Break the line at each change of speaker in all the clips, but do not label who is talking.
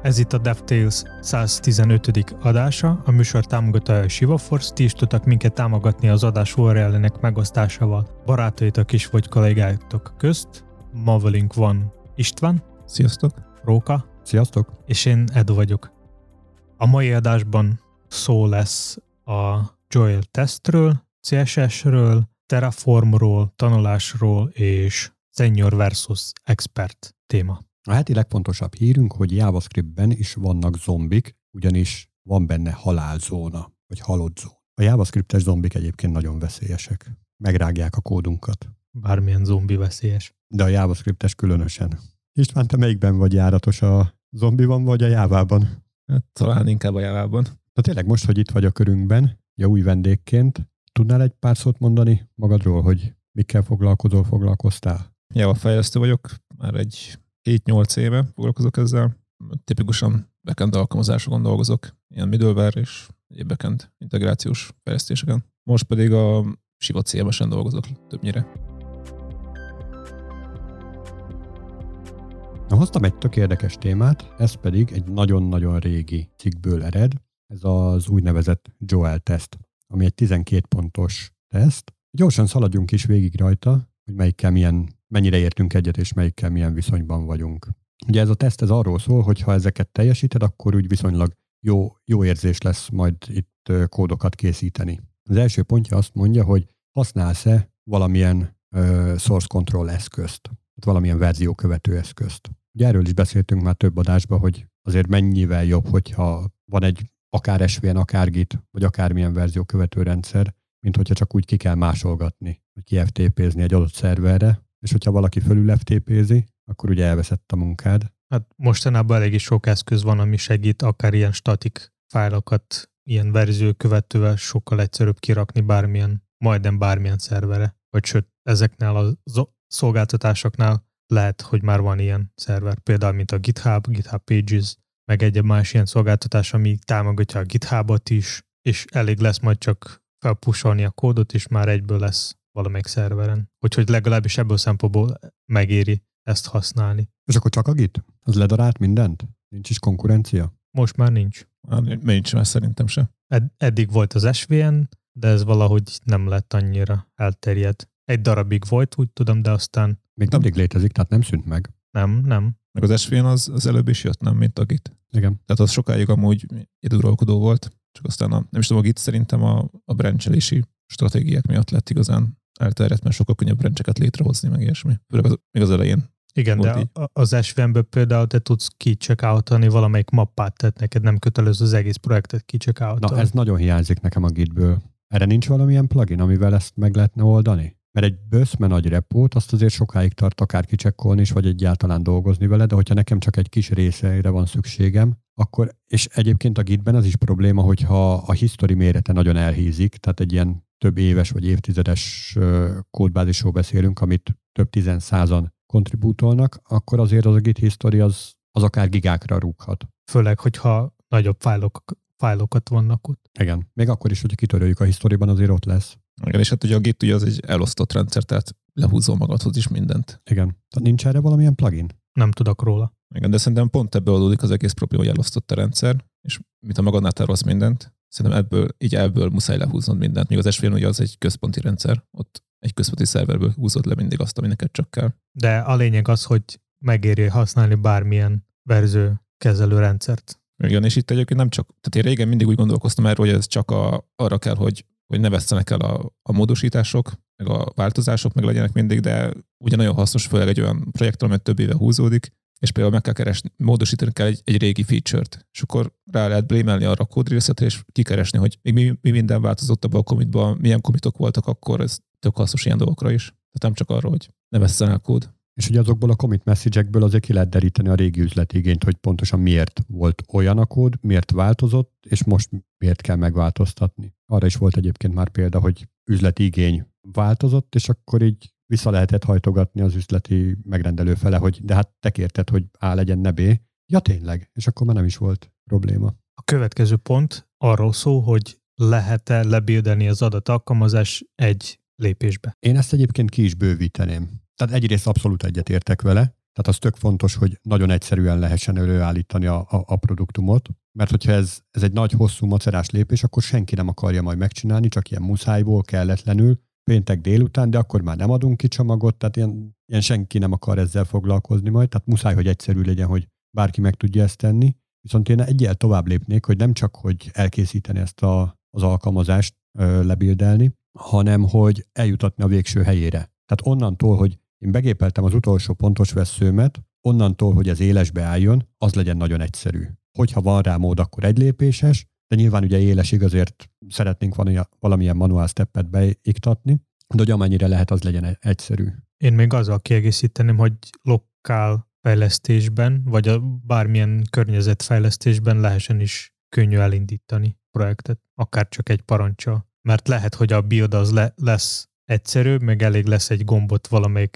Ez itt a DevTales 115. adása, a műsor támogatója a ShivaForce, ti is tudtak minket támogatni az adás URL-nek megosztásával barátaitok is vagy kollégáitok közt. Ma velünk van István.
Sziasztok!
Róka.
Sziasztok!
És én Edu vagyok. A mai adásban szó lesz a Joel tesztről, CSS-ről, Terraformról, tanulásról és Senior versus Expert téma.
A heti legfontosabb hírünk, hogy JavaScriptben is vannak zombik, ugyanis van benne halálzóna, vagy halott zóna. A JavaScriptes zombik egyébként nagyon veszélyesek. Megrágják a kódunkat.
Bármilyen zombi veszélyes.
De a JavaScriptes különösen. István, te melyikben vagy járatos, a zombiban vagy a Jávában?
Hát, talán inkább a Jávában.
Na tényleg most, hogy itt vagy a körünkben, ja, új vendégként, tudnál egy pár szót mondani magadról, hogy mikkel foglalkoztál?
Java fejlesztő vagyok, már egy 7-8 éve foglalkozok ezzel. Tipikusan backend alkalmazásokon dolgozok, ilyen middleware és egy backend integrációs fejlesztéseken. Most pedig a Shiva CMS-en dolgozok többnyire.
Na, hoztam egy tök érdekes témát, ez pedig egy nagyon-nagyon régi cikkből ered. Ez az úgynevezett Joel teszt, ami egy 12 pontos teszt. Gyorsan szaladjunk is végig rajta, hogy melyikkel mennyire értünk egyet, és melyikkel milyen viszonyban vagyunk. Ugye ez a teszt arról szól, hogy ha ezeket teljesíted, akkor úgy viszonylag jó érzés lesz majd itt kódokat készíteni. Az első pontja azt mondja, hogy használsz-e valamilyen source control eszközt, valamilyen verziókövető eszközt. Ugye erről is beszéltünk már több adásban, hogy azért mennyivel jobb, hogyha van egy akár SVN, akár Git, vagy akármilyen verziókövető rendszer, mint hogyha csak úgy ki kell másolgatni, vagy ki FTP-zni egy adott szerverre, és hogyha valaki fölül FTP-zi, akkor ugye elveszett a munkád.
Hát mostanában elég is sok eszköz van, ami segít akár ilyen static fájlokat, ilyen verziókövetővel sokkal egyszerűbb kirakni majdnem bármilyen szerverre. Vagy sőt, ezeknél a szolgáltatásoknál lehet, hogy már van ilyen szerver. Például, mint a GitHub Pages, meg egy más ilyen szolgáltatás, ami támogatja a GitHubot is, és elég lesz majd csak felpusolni a kódot, és már egyből lesz valamelyik szerveren. Úgyhogy legalábbis ebből szempontból megéri ezt használni.
És akkor csak a Git? Az ledarált mindent? Nincs is konkurencia?
Most már nincs.
Nincs már szerintem se.
Eddig volt az SVN, de ez valahogy nem lett annyira elterjedt. Egy darabig volt, úgy tudom, de aztán...
Még mindig létezik, tehát nem szűnt meg.
Nem.
Meg az SVN az előbb is jött, nem, mint a Git.
Igen.
Tehát az sokáig amúgy időrolkodó volt, csak aztán nem is tudom, a Git szerintem a brancselési stratégiák miatt lett igazán elterjedt, mert sokkal könnyebb brancheket létrehozni, meg ilyesmi. Főleg még az elején.
Igen, de az SVN-ből például te tudsz ki-check-out-olni valamelyik mappát, tehát neked nem kötelező az egész projektet ki-check-out-olni.
Na, ez nagyon hiányzik nekem a Gitből. Erre nincs valamilyen plugin, amivel ezt meg lehetne oldani? Mert egy böszme nagy repót, azt azért sokáig tart akár kicsekkolni is, vagy egyáltalán dolgozni vele, de hogyha nekem csak egy kis részeire van szükségem, akkor, és egyébként a Gitben az is probléma, hogyha a history mérete nagyon elhízik, tehát egy ilyen több éves vagy évtizedes kódbázisról beszélünk, amit több 10-100-an kontribútolnak, akkor azért az a Git history az akár gigákra rúghat.
Főleg, hogyha nagyobb fájlokat vannak ott.
Igen, még akkor is, hogyha kitöröljük a historyban, azért ott lesz.
Igen, és hát ugye a Git ugye az egy elosztott rendszer, tehát lehúzol magadhoz is mindent.
Igen. Tehát nincs erre valamilyen plugin?
Nem tudok róla.
Igen, de szerintem pont ebből adódik az egész probléma, hogy elosztott a rendszer, és mint a magadnál tárolsz mindent, szerintem ebből muszáj lehúznod mindent. Míg az SVN ugye az egy központi rendszer, ott egy központi szerverből húzod le mindig azt, ami neked csak kell.
De a lényeg az, hogy megéri használni bármilyen verziókezelő rendszert.
Igen, és itt egyébként nem csak, tehát én régen mindig úgy gondolkoztam erről, hogy ez csak arra kell, hogy ne vesszenek el a módosítások, meg a változások meg legyenek mindig, de ugye nagyon hasznos, főleg egy olyan projekttel, amely több éve húzódik, és például meg kell keresni, módosítani kell egy régi feature-t, és akkor rá lehet blémelni arra a kódrészletre, és kikeresni, hogy még mi minden változott abban a commitban, milyen commitok voltak, akkor ez tök hasznos ilyen dolgokra is. Tehát nem csak arra, hogy ne vesszen el kód.
És ugye azokból a commit message-ekből azért ki lehet deríteni a régi üzleti igényt, hogy pontosan miért volt olyan a kód, miért változott, és most miért kell megváltoztatni. Arra is volt egyébként már példa, hogy üzleti igény változott, és akkor így vissza lehetett hajtogatni az üzleti megrendelő fele, hogy de hát te kérted, hogy A legyen, ne B. Ja tényleg, és akkor már nem is volt probléma.
A következő pont arról szól, hogy lehet-e lebuildeni az adatalkalmazás egy lépésbe.
Én ezt egyébként ki is bővíteném. Tehát egyrészt abszolút egyetértek vele, Tehát az tök fontos, hogy nagyon egyszerűen lehessen előállítani a produktumot, mert hogyha ez egy nagy, hosszú, macerás lépés, akkor senki nem akarja majd megcsinálni, csak ilyen muszájból, kelletlenül, péntek délután, de akkor már nem adunk ki csomagot, tehát ilyen senki nem akar ezzel foglalkozni majd, tehát muszáj, hogy egyszerű legyen, hogy bárki meg tudja ezt tenni. Viszont én egyel tovább lépnék, hogy nem csak, hogy elkészíteni ezt az alkalmazást, lebildelni, hanem, hogy eljutatni a végső helyére. Tehát onnantól, hogy én begépeltem az utolsó pontos vesszőmet, onnantól, hogy ez élesbe álljon, az legyen nagyon egyszerű. Hogyha van rá mód, akkor egy lépéses, de nyilván ugye élesig azért szeretnénk valamilyen manuál steppet beiktatni, de hogy amennyire lehet, az legyen egyszerű.
Én még azzal kiegészíteném, hogy lokál fejlesztésben, vagy a bármilyen környezetfejlesztésben lehessen is könnyű elindítani projektet, akár csak egy parancsal. Mert lehet, hogy a build az lesz egyszerűbb, meg elég lesz egy gombot valamelyik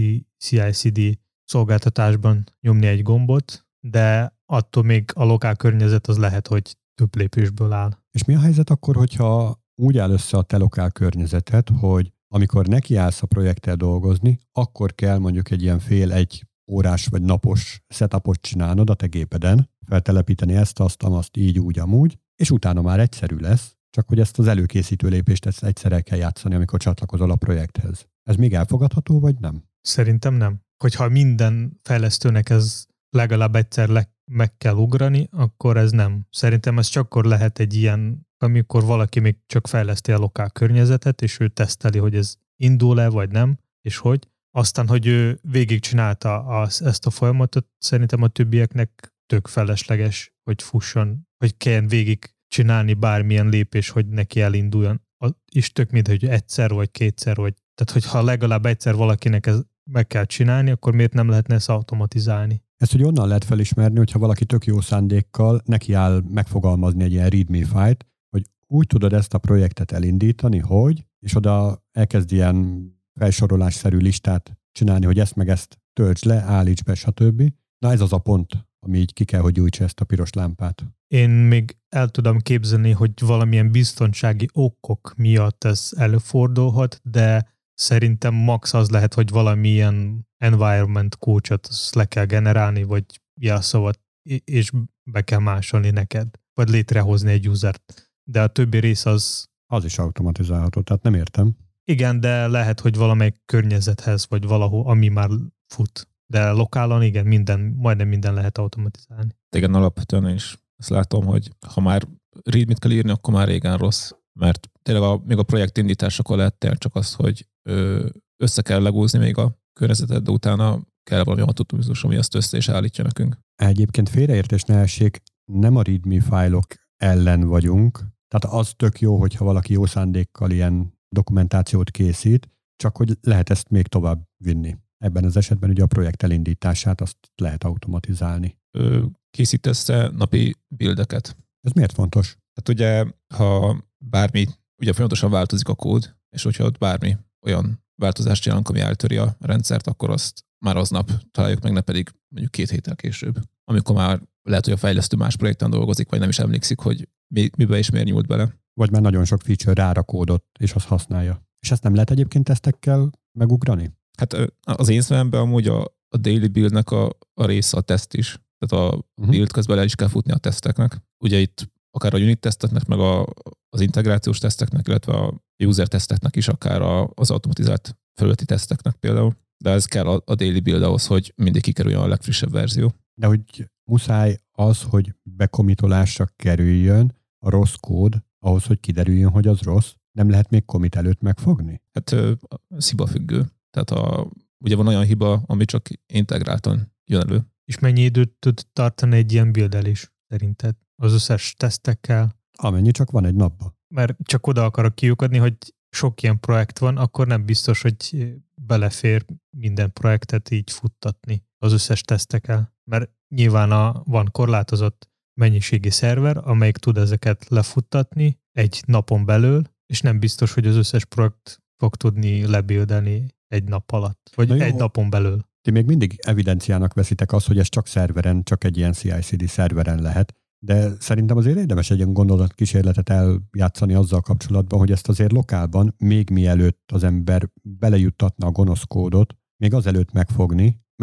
CI/CD szolgáltatásban nyomni egy gombot, de attól még a lokál környezet az lehet, hogy több lépésből áll.
És mi a helyzet akkor, hogyha úgy áll össze a te lokál környezeted, hogy amikor nekiállsz a projekttel dolgozni, akkor kell mondjuk egy ilyen egy órás vagy napos setupot csinálnod a te gépeden, feltelepíteni ezt, azt, így, úgy, amúgy, és utána már egyszerű lesz, csak hogy ezt az előkészítő lépést ezt egyszerre kell játszani, amikor csatlakozol a projekthez. Ez még elfogadható, vagy nem?
Szerintem nem. Hogyha minden fejlesztőnek ez legalább egyszer meg kell ugrani, akkor ez nem. Szerintem ez csak akkor lehet egy ilyen, amikor valaki még csak fejleszti a lokál környezetet, és ő teszteli, hogy ez indul-e, vagy nem, és hogy. Aztán, hogy ő végigcsinálta ezt a folyamatot, szerintem a többieknek tök felesleges, hogy fusson, hogy kelljen végig csinálni bármilyen lépés, hogy neki elinduljon. És tök mindegy, hogy egyszer vagy kétszer, vagy tehát, hogyha legalább egyszer valakinek ez meg kell csinálni, akkor miért nem lehetne ezt automatizálni?
Ezt hogy onnan lehet felismerni, hogyha valaki tök jó szándékkal neki áll megfogalmazni egy ilyen readme file-t, hogy úgy tudod ezt a projektet elindítani, hogy, és oda elkezd ilyen felsorolásszerű listát csinálni, hogy ezt meg ezt töltsd le, állíts be, stb. Na ez az a pont, ami így ki kell, hogy gyújtsa ezt a piros lámpát.
Én még el tudom képzelni, hogy valamilyen biztonsági okok miatt ez előfordulhat, de szerintem max az lehet, hogy valamilyen environment coachot le kell generálni, vagy jelszót, és be kell másolni neked, vagy létrehozni egy usert. De a többi rész az...
Az is automatizálható, tehát nem értem.
Igen, de lehet, hogy valamelyik környezethez, vagy valahol, ami már fut. De lokálon igen, majdnem minden lehet automatizálni.
Igen, alapvetően is azt látom, hogy ha már readme-t kell írni, akkor már régen rossz. Mert tényleg még a projekt indításakor lehet csak az, hogy össze kell legózni még a környezetet, de utána kell valami automatizmus, ami azt össze is állítja nekünk.
Egyébként félreértés ne essék, nem a readme fájlok ellen vagyunk, tehát az tök jó, hogyha valaki jó szándékkal ilyen dokumentációt készít, csak hogy lehet ezt még tovább vinni. Ebben az esetben ugye a projekt elindítását azt lehet automatizálni.
Készítesz-e napi buildeket?
Ez miért fontos?
Hát ugye, ha bármi, ugye folyamatosan változik a kód, és hogyha ott bármi olyan változást csinálunk, ami eltöri a rendszert, akkor azt már aznap találjuk meg, ne pedig mondjuk 2 héttel később. Amikor már lehet, hogy a fejlesztő más projekten dolgozik, vagy nem is emlékszik, hogy mibe és miért nyúlt bele.
Vagy már nagyon sok feature rárakódott, és azt használja. És ezt nem lehet egyébként tesztekkel megugrani?
Hát az én szememben amúgy a daily buildnek a része a teszt is. Tehát a build közben le is kell futni a teszteknek. Ugye itt akár a unit teszteknek, meg az integrációs teszteknek, illetve a user teszteknek is, akár az automatizált felületi teszteknek például. De ez kell a daily build ahhoz, hogy mindig kikerüljön a legfrissebb verzió.
De hogy muszáj az, hogy bekomitolásra kerüljön a rossz kód, ahhoz, hogy kiderüljön, hogy az rossz, nem lehet még commit előtt megfogni?
Hát ez hibafüggő. Tehát ugye van olyan hiba, ami csak integráltan jön elő.
És mennyi időt tud tartani egy ilyen buildelés szerinted? Az összes tesztekkel?
Amennyi csak van egy napban.
Mert csak oda akarok kiukadni, hogy sok ilyen projekt van, akkor nem biztos, hogy belefér minden projektet így futtatni az összes tesztekkel. Mert nyilván van korlátozott mennyiségi szerver, amelyik tud ezeket lefuttatni egy napon belül, és nem biztos, hogy az összes projekt fog tudni lebuildelni egy nap alatt, vagy egy napon belül.
Ti még mindig evidenciának veszitek azt, hogy ez csak szerveren, csak egy ilyen CI/CD szerveren lehet, de szerintem azért érdemes egy ilyen gondolatkísérletet eljátszani azzal kapcsolatban, hogy ezt azért lokálban, még mielőtt az ember belejuttatna a gonosz kódot, még azelőtt megfogni, mert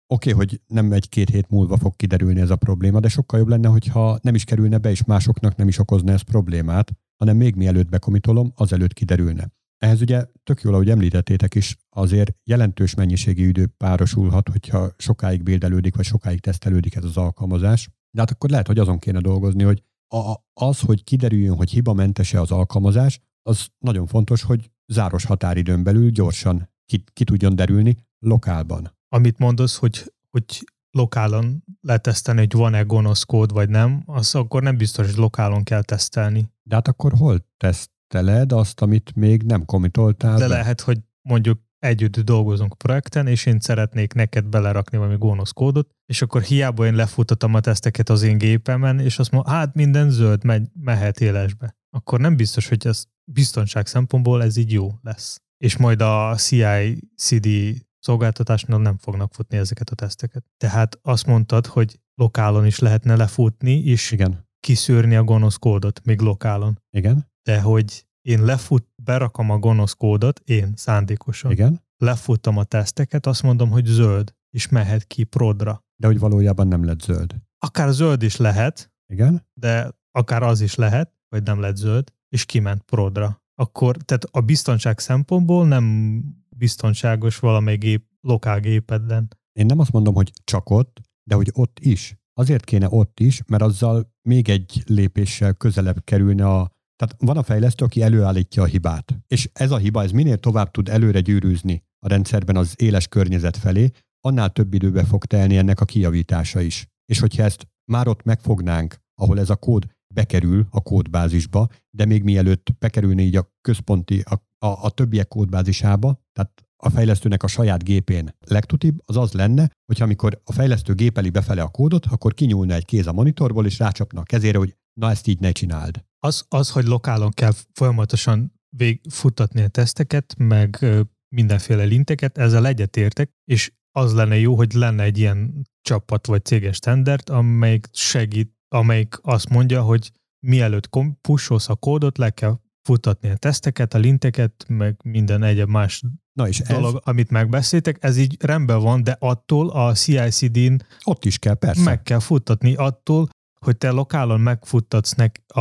Oké, hogy nem 1-2 hét múlva fog kiderülni ez a probléma, de sokkal jobb lenne, hogyha nem is kerülne be, és másoknak nem is okozna ez problémát, hanem még mielőtt bekomitolom, azelőtt kiderülne. Ehhez ugye tök jól, ahogy említettétek is, azért jelentős mennyiségi idő párosulhat, hogyha sokáig buildelődik, vagy sokáig tesztelődik ez az alkalmazás. De hát akkor lehet, hogy azon kéne dolgozni, hogy az, hogy kiderüljön, hogy hibamentes-e az alkalmazás, az nagyon fontos, hogy záros határidőn belül gyorsan ki tudjon derülni lokálban.
Amit mondasz, hogy lokálon letesztelni, hogy van-e gonosz kód, vagy nem, az akkor nem biztos, hogy lokálon kell tesztelni.
De hát akkor hol teszteled azt, amit még nem commitoltál
De
be?
lehet, hogy mondjuk együtt dolgozunk a projekten, és én szeretnék neked belerakni valami gonosz kódot, és akkor hiába én lefutatom a teszteket az én gépemen, és azt mondom, hát minden zöld, mehet élesbe. Akkor nem biztos, hogy ez biztonság szempontból ez így jó lesz. És majd a CI/CD szolgáltatásnál nem fognak futni ezeket a teszteket. Tehát azt mondtad, hogy lokálon is lehetne lefutni, és
Igen.
kiszűrni a gonosz kódot, még lokálon.
Igen.
De hogy én berakom a gonosz kódot, én szándékosan.
Igen.
Lefutom a teszteket, azt mondom, hogy zöld, és mehet ki prodra.
De hogy valójában nem lett zöld.
Akár zöld is lehet,
Igen.
de akár az is lehet, hogy nem lett zöld, és kiment prodra. Akkor, tehát a biztonság szempontból nem biztonságos valamelyik lokál gépeden.
Én nem azt mondom, hogy csak ott, de hogy ott is. Azért kéne ott is, mert azzal még egy lépéssel közelebb kerülne Tehát van a fejlesztő, aki előállítja a hibát. És ez a hiba, ez minél tovább tud előre gyűrűzni a rendszerben az éles környezet felé, annál több időbe fog telni ennek a kijavítása is. És hogyha ezt már ott megfognánk, ahol ez a kód bekerül a kódbázisba, de még mielőtt bekerülne így a központi, a többiek kódbázisába, tehát a fejlesztőnek a saját gépén legtutibb, az lenne, hogyha amikor a fejlesztő gépeli befele a kódot, akkor kinyúlna egy kéz a monitorból, és rácsapna a kezére, hogy na ezt így ne csináld.
Az, hogy lokálon kell folyamatosan futtatni a teszteket, meg mindenféle linteket, ezzel egyetértek, és az lenne jó, hogy lenne egy ilyen csapat vagy céges standard, amelyik segít, amelyik azt mondja, hogy mielőtt pusholsz a kódot, le kell futtatni a teszteket, a linteket, meg minden egyéb más dolog, amit megbeszéltek. Ez így rendben van, de attól a CI/CD-n
ott is kell, persze.
Meg kell futtatni attól, hogy te lokálon megfuttatsz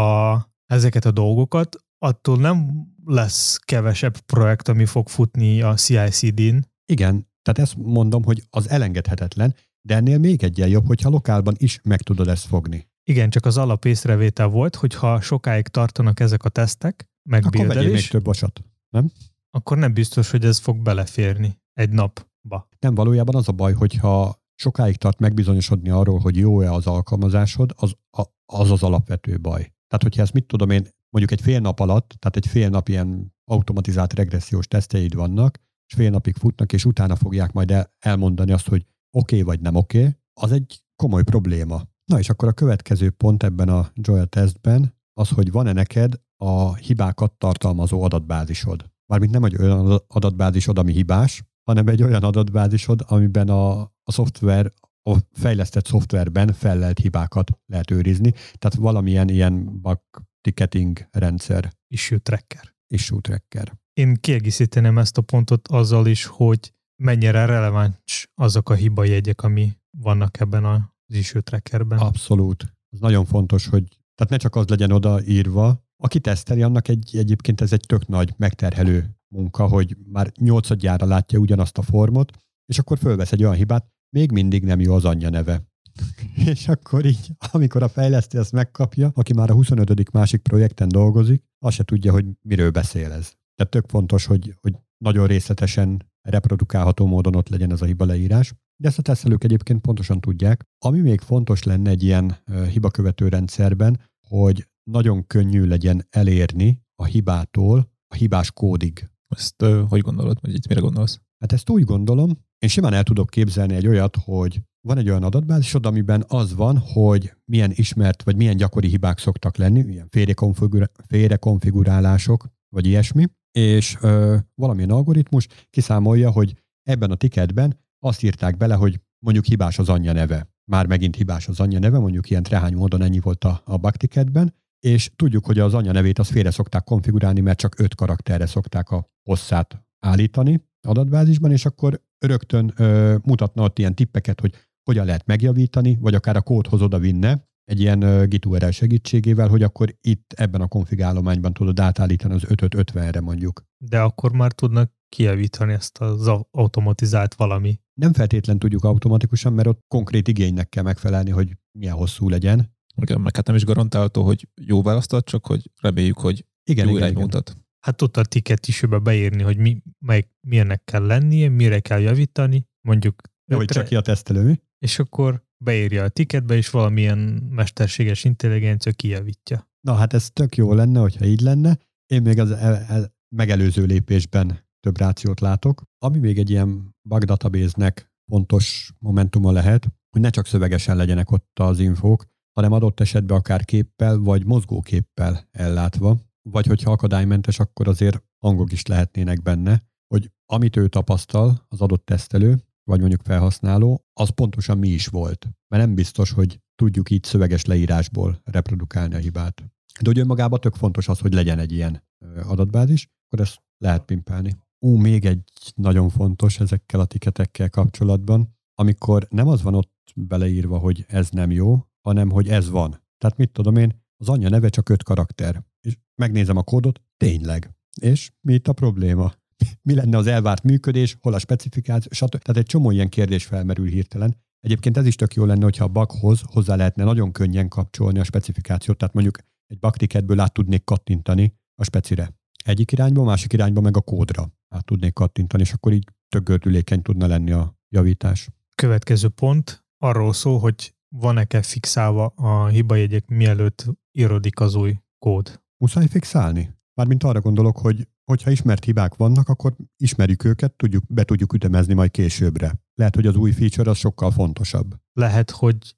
ezeket a dolgokat, attól nem lesz kevesebb projekt, ami fog futni a CI/CD-n.
Igen, tehát ezt mondom, hogy az elengedhetetlen, de ennél még egyen jobb, hogyha lokálban is meg tudod ezt fogni.
Igen, csak az alap észrevétel volt, hogy ha sokáig tartanak ezek a tesztek, meg
akkor vegyél még több vasat, nem?
Akkor nem biztos, hogy ez fog beleférni egy napba.
Nem, valójában az a baj, hogyha sokáig tart megbizonyosodni arról, hogy jó-e az alkalmazásod, az alapvető baj. Tehát, hogyha ezt mit tudom én, mondjuk egy fél nap alatt, tehát egy fél nap ilyen automatizált regressziós tesztjeid vannak, és fél napig futnak, és utána fogják majd elmondani azt, hogy oké vagy nem oké, az egy komoly probléma. Na és akkor a következő pont ebben a Joel tesztben az, hogy van-e neked a hibákat tartalmazó adatbázisod. Mármint nem egy olyan adatbázisod, ami hibás, hanem egy olyan adatbázisod, amiben a fejlesztett szoftverben fellelt hibákat lehet őrizni. Tehát valamilyen ilyen bug ticketing rendszer.
Issue tracker. Én kiegészíteném ezt a pontot azzal is, hogy mennyire releváns azok a hibajegyek, ami vannak ebben az issue trackerben.
Abszolút. Ez nagyon fontos, hogy tehát ne csak az legyen odaírva, aki teszteli, annak egyébként ez egy tök nagy megterhelő munka, hogy már 8-adjára látja ugyanazt a formot, és akkor fölvesz egy olyan hibát, még mindig nem jó az anyja neve. És akkor így, amikor a fejlesztő ezt megkapja, aki már a 25. másik projekten dolgozik, az se tudja, hogy miről beszél ez. Tehát tök fontos, hogy nagyon részletesen reprodukálható módon ott legyen ez a hiba leírás. De ezt a tesztelők egyébként pontosan tudják. Ami még fontos lenne egy ilyen hibakövető rendszerben, hogy nagyon könnyű legyen elérni a hibától a hibás kódig.
Ezt hogy gondolod? Vagy itt mire gondolsz?
Hát ezt úgy gondolom, én simán el tudok képzelni egy olyat, hogy van egy olyan adatbázisod, amiben az van, hogy milyen ismert, vagy milyen gyakori hibák szoktak lenni, ilyen félrekonfigurálások, vagy ilyesmi, és valamilyen algoritmus kiszámolja, hogy ebben a ticketben azt írták bele, hogy mondjuk hibás az anyja neve. Már megint hibás az anyja neve, mondjuk ilyen trehány módon ennyi volt a bug ticketben, és tudjuk, hogy az anya nevét azt félre szokták konfigurálni, mert csak 5 karakterre szokták a hosszát állítani adatbázisban, és akkor rögtön mutatna ott ilyen tippeket, hogy hogyan lehet megjavítani, vagy akár a kódhoz oda vinne egy ilyen Git URL segítségével, hogy akkor itt ebben a konfigállományban tudod átállítani az 5-öt 50-re mondjuk.
De akkor már tudnak kijavítani ezt az automatizált valami.
Nem feltétlen tudjuk automatikusan, mert ott konkrét igénynek kell megfelelni, hogy milyen hosszú legyen.
Igen, meg hát nem is garantálható, hogy jó választat, csak hogy reméljük, hogy jó irányba mutat.
Hát tudta a ticket isőbe beírni, hogy milyennek kell lennie, mire kell javítani, mondjuk.
De hogy csak ki a tesztelő, mi?
És akkor beírja a ticketbe, és valamilyen mesterséges intelligencia kijavítja.
Na hát ez tök jó lenne, hogyha így lenne. Én még az megelőző lépésben több rációt látok. Ami még egy ilyen bug database-nek fontos momentuma lehet, hogy ne csak szövegesen legyenek ott az infók, hanem adott esetben akár képpel, vagy mozgóképpel ellátva. Vagy hogyha akadálymentes, akkor azért hangok is lehetnének benne, hogy amit ő tapasztal, az adott tesztelő, vagy mondjuk felhasználó, az pontosan mi is volt. Mert nem biztos, hogy tudjuk így szöveges leírásból reprodukálni a hibát. De hogy önmagában tök fontos az, hogy legyen egy ilyen adatbázis, akkor ezt lehet pimpelni. Még egy nagyon fontos ezekkel a ticketekkel kapcsolatban, amikor nem az van ott beleírva, hogy ez nem jó, hanem hogy ez van. Tehát mit tudom én, az anyja neve csak 5 karakter. És megnézem a kódot, tényleg. És mi itt a probléma? Mi lenne az elvárt működés, hol a specifikáció, stb. Tehát egy csomó ilyen kérdés felmerül hirtelen. Egyébként ez is tök jó lenne, hogyha a bughoz hozzá lehetne nagyon könnyen kapcsolni a specifikációt, tehát mondjuk egy bug ticketből át tudnék kattintani a specire. Egyik irányba, másik irányba meg a kódra át tudnék kattintani, és akkor így tök gördülékeny tudna lenni a javítás.
Következő pont arról szól, hogy van-e fixálva a hibajegyek, mielőtt írodik az új kód.
Muszáj fixálni? Mármint arra gondolok, hogy hogyha ismert hibák vannak, akkor ismerjük őket, be tudjuk ütemezni majd későbbre. Lehet, hogy az új feature az sokkal fontosabb.
Lehet, hogy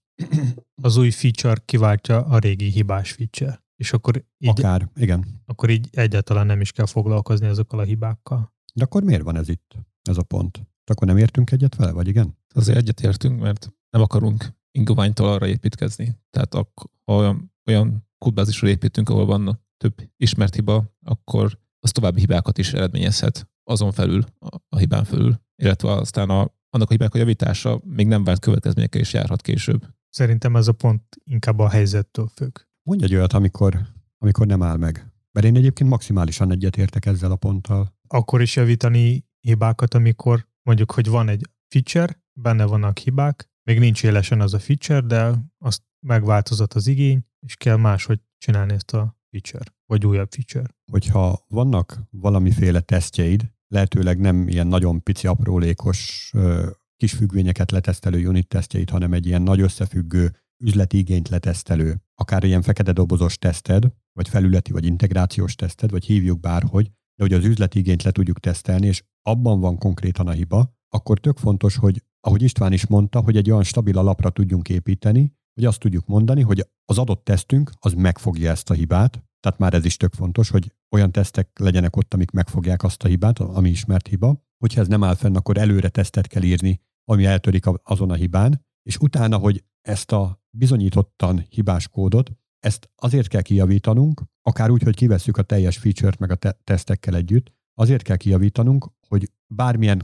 az új feature kiváltja a régi hibás feature. És akkor így,
akár, igen.
Akkor így egyáltalán nem is kell foglalkozni azokkal a hibákkal.
De akkor miért van ez itt, ez a pont? Akkor nem értünk egyet vele, vagy igen?
Azért egyet értünk, mert nem akarunk ingoványtól arra építkezni. Tehát ha olyan kódbázisról építünk, ahol van több ismert hiba, akkor az további hibákat is eredményezhet azon felül, a hibán felül. Illetve aztán annak a hibának a javítása még nem várt következményekkel is járhat később.
Szerintem ez a pont inkább a helyzettől függ.
Mondj egy olyat, amikor nem áll meg. Mert én egyébként maximálisan egyetértek ezzel a ponttal.
Akkor is javítani hibákat, amikor mondjuk, hogy van egy feature, benne vannak hibák, még nincs élesen az a feature, de azt megváltozott az igény, és kell máshogy csinálni ezt a feature, vagy újabb feature.
Hogyha vannak valamiféle tesztjeid, lehetőleg nem ilyen nagyon pici, aprólékos kis függvényeket letesztelő unit tesztjeid, hanem egy ilyen nagy összefüggő üzleti igényt letesztelő, akár ilyen fekete dobozos teszted, vagy felületi, vagy integrációs teszted, vagy hívjuk bárhogy, de hogy az üzleti igényt le tudjuk tesztelni, és abban van konkrétan a hiba, akkor tök fontos, hogy ahogy István is mondta, hogy egy olyan stabil alapra tudjunk építeni, hogy azt tudjuk mondani, hogy az adott tesztünk az megfogja ezt a hibát, tehát már ez is tök fontos, hogy olyan tesztek legyenek ott, amik megfogják azt a hibát, ami ismert hiba. Hogyha ez nem áll fenn, akkor előre tesztet kell írni, ami eltörik azon a hibán, és utána, hogy ezt a bizonyítottan hibás kódot, ezt azért kell kijavítanunk, akár úgy, hogy kivesszük a teljes feature-t meg a tesztekkel együtt, azért kell kijavítanunk, hogy bármilyen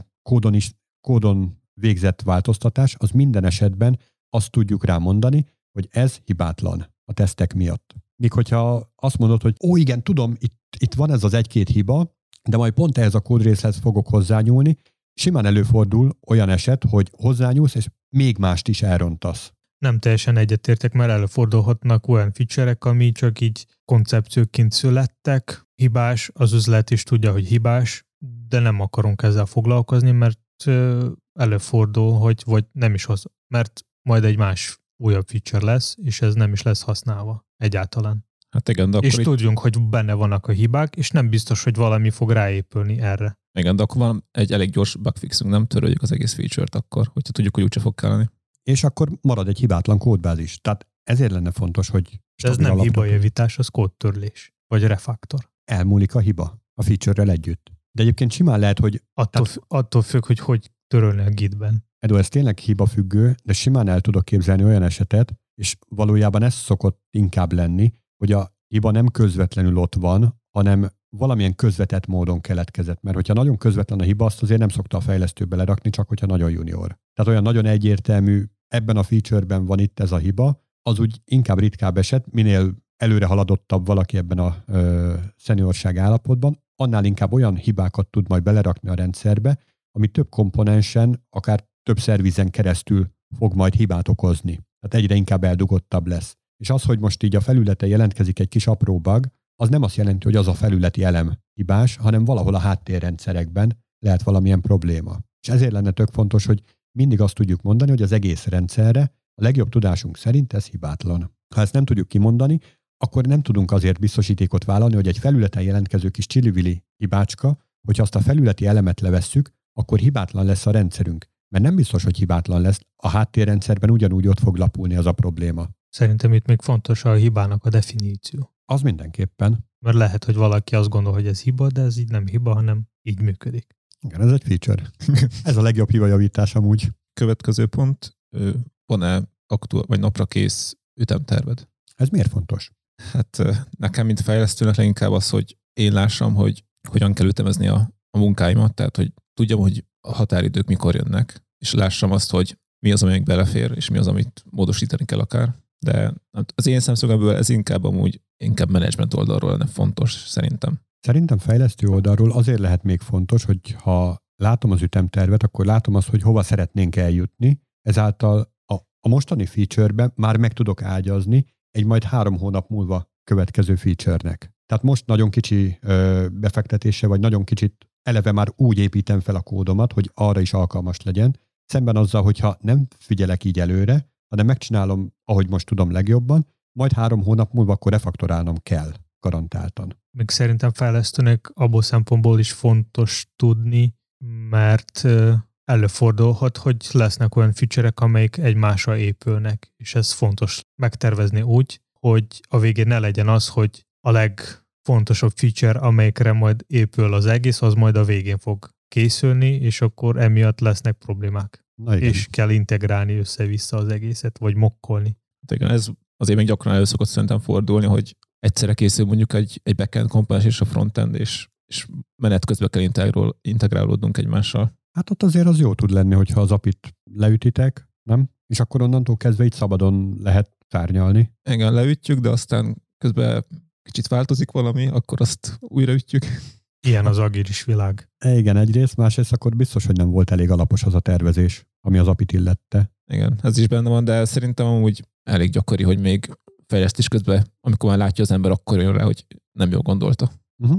kódon végzett változtatás, az minden esetben azt tudjuk rá mondani, hogy ez hibátlan a tesztek miatt. Míg hogyha azt mondod, hogy igen, tudom, itt van ez az egy-két hiba, de majd pont ehhez a kódrészhez fogok hozzányúlni, simán előfordul olyan eset, hogy hozzányúlsz, és még mást is elrontasz.
Nem teljesen egyetértek, mert előfordulhatnak olyan feature-ek, ami csak így koncepcióként születtek, hibás, az üzlet is tudja, hogy hibás, de nem akarunk ezzel foglalkozni, mert előfordul, hogy vagy nem is hoz, mert majd egy más újabb feature lesz, és ez nem is lesz használva egyáltalán.
Hát igen, de
és tudjunk, hogy benne vannak a hibák, és nem biztos, hogy valami fog ráépülni erre.
Igen, de akkor van egy elég gyors bugfixünk, nem töröljük az egész feature-t akkor, hogyha tudjuk, hogy úgyse fog kelleni.
És akkor marad egy hibátlan kódbázis. Tehát ezért lenne fontos, hogy
de ez nem hibajavítás, az kódtörlés, vagy refaktor.
Elmúlik a hiba a feature-rel együtt. De egyébként simán lehet, hogy...
Attól függ, hogy törölni a Gitben.
Edo, ez tényleg hibafüggő, de simán el tudok képzelni olyan esetet, és valójában ez szokott inkább lenni, hogy a hiba nem közvetlenül ott van, hanem valamilyen közvetett módon keletkezett. Mert hogyha nagyon közvetlen a hiba, azt azért nem szokta a fejlesztő belerakni, csak hogyha nagyon junior. Tehát olyan nagyon egyértelmű, ebben a feature-ben van itt ez a hiba, az úgy inkább ritkább eset, minél előre haladottabb valaki ebben a szeniorság állapotban, annál inkább olyan hibákat tud majd belerakni a rendszerbe, ami több komponensen, akár több szervizen keresztül fog majd hibát okozni. Tehát egyre inkább eldugottabb lesz. És az, hogy most így a felületen jelentkezik egy kis apró bug, az nem azt jelenti, hogy az a felületi elem hibás, hanem valahol a háttérrendszerekben lehet valamilyen probléma. És ezért lenne tök fontos, hogy mindig azt tudjuk mondani, hogy az egész rendszerre a legjobb tudásunk szerint ez hibátlan. Ha ezt nem tudjuk kimondani, akkor nem tudunk azért biztosítékot vállalni, hogy egy felületen jelentkező kis csili-vili hibácska, hogyha azt a felületi elemet levesszük, akkor hibátlan lesz a rendszerünk. Mert nem biztos, hogy hibátlan lesz, a háttérrendszerben ugyanúgy ott fog lapulni az a probléma.
Szerintem itt még fontos a hibának a definíció.
Az mindenképpen.
Mert lehet, hogy valaki azt gondol, hogy ez hiba, de ez így nem hiba, hanem így működik.
Igen, ez egy feature. Ez a legjobb hibajavítás amúgy.
Következő pont, van-e vagy napra kész ütemterved?
Ez miért fontos?
Hát nekem, mint fejlesztőnek leginkább az, hogy én lássam, hogy hogyan kell ütemezni a munkáimat, tehát hogy tudjam, hogy a határidők mikor jönnek, és lássam azt, hogy mi az, amelyik belefér, és mi az, amit módosítani kell akár. De az én szemszögemből ez inkább menedzsment oldalról lenne fontos, szerintem.
Szerintem fejlesztő oldalról azért lehet még fontos, hogy ha látom az ütemtervet, akkor látom azt, hogy hova szeretnénk eljutni. Ezáltal a mostani feature-ben már meg tudok ágyazni egy majd 3 hónap múlva következő feature-nek. Tehát most nagyon kicsi befektetése, vagy nagyon kicsit eleve már úgy építem fel a kódomat, hogy arra is alkalmas legyen. Szemben azzal, hogyha nem figyelek így előre, hanem megcsinálom, ahogy most tudom legjobban, majd 3 hónap múlva akkor refaktorálnom kell, garantáltan.
Még szerintem fejlesztőnek abból szempontból is fontos tudni, mert előfordulhat, hogy lesznek olyan feature-ek, amelyik egymásra épülnek, és ez fontos megtervezni úgy, hogy a végén ne legyen az, hogy a legfontosabb feature, amelyikre majd épül az egész, az majd a végén fog készülni, és akkor emiatt lesznek problémák. És kell integrálni össze-vissza az egészet, vagy mokkolni.
Igen, ez azért még gyakran elő szokott szerintem fordulni, hogy egyszerre készül mondjuk egy backend komponens és a frontend, és menet közben kell integrálódnunk egymással.
Hát ott azért az jó tud lenni, hogyha az API-t leütitek, nem? És akkor onnantól kezdve így szabadon lehet szárnyalni.
Igen, leütjük, de aztán közben kicsit változik valami, akkor azt újraütjük.
Ilyen az agilis világ.
Igen, egyrészt, másrészt akkor biztos, hogy nem volt elég alapos az a tervezés, ami az API-t illette.
Igen, ez is benne van, de szerintem amúgy elég gyakori, hogy még fejlesztés közben, amikor már látja az ember, akkor jön rá, hogy nem jól gondolta.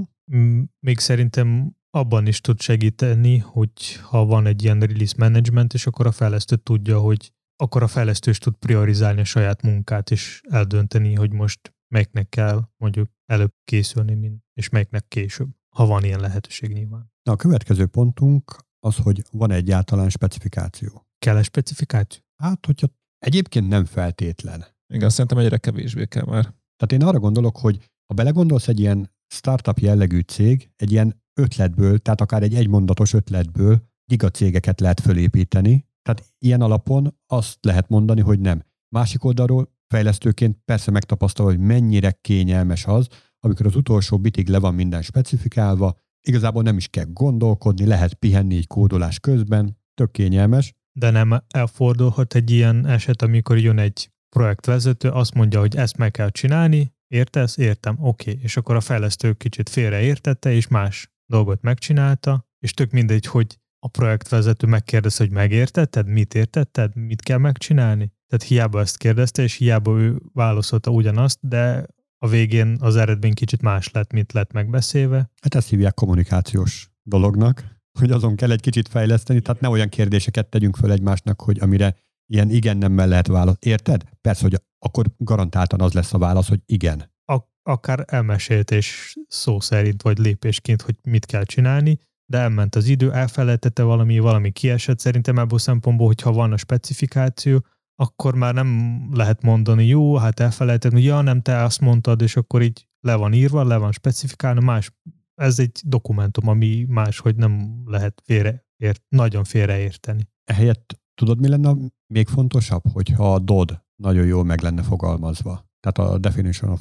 Még szerintem abban is tud segíteni, hogy ha van egy ilyen release management, és akkor a fejlesztő tudja, hogy akkor a fejlesztő is tud priorizálni a saját munkát, és eldönteni, hogy most melyiknek kell mondjuk előbb készülni, és melyiknek később, ha van ilyen lehetőség nyilván.
Na, a következő pontunk az, hogy van egyáltalán specifikáció.
Kell-e specifikáció?
Hát, hogyha egyébként nem feltétlen.
Igen, szerintem egyre kevésbé kell már.
Tehát én arra gondolok, hogy ha belegondolsz egy ilyen startup jellegű cég, egy ilyen ötletből, tehát akár egy egymondatos ötletből gigacégeket lehet fölépíteni. Tehát ilyen alapon azt lehet mondani, hogy nem. Másik oldalról fejlesztőként persze megtapasztal, hogy mennyire kényelmes az, amikor az utolsó bitig le van minden specifikálva, igazából nem is kell gondolkodni, lehet pihenni így kódolás közben, tök kényelmes.
De nem elfordulhat egy ilyen eset, amikor jön egy projektvezető, azt mondja, hogy ezt meg kell csinálni, értesz? Értem, oké. És akkor a fejlesztő kicsit félreértette, és más dolgot megcsinálta, és tök mindegy, hogy a projektvezető megkérdez, hogy megértetted, mit értetted, mit kell megcsinálni. Tehát hiába ezt kérdezte, és hiába ő válaszolta ugyanazt, de a végén az eredmény kicsit más lett, mint lett megbeszélve.
Hát ezt hívják kommunikációs dolognak, hogy azon kell egy kicsit fejleszteni, tehát ne olyan kérdéseket tegyünk föl egymásnak, hogy amire ilyen igen-nemmel lehet válasz. Érted? Persze, hogy akkor garantáltan az lesz a válasz, hogy igen.
Akár elmesélt és szó szerint, vagy lépésként, hogy mit kell csinálni, de elment az idő, elfelejtette valami kiesett. Szerintem ebből szempontból, hogyha van a specifikáció, akkor már nem lehet mondani, jó, hát elfelejtettem, hogy ja, nem, te azt mondtad, és akkor így le van írva, le van specifikálva, más. Ez egy dokumentum, ami máshogy nem lehet nagyon félreérteni.
Ehelyett tudod, mi lenne még fontosabb, hogyha a DOD nagyon jól meg lenne fogalmazva. Tehát a definition of done.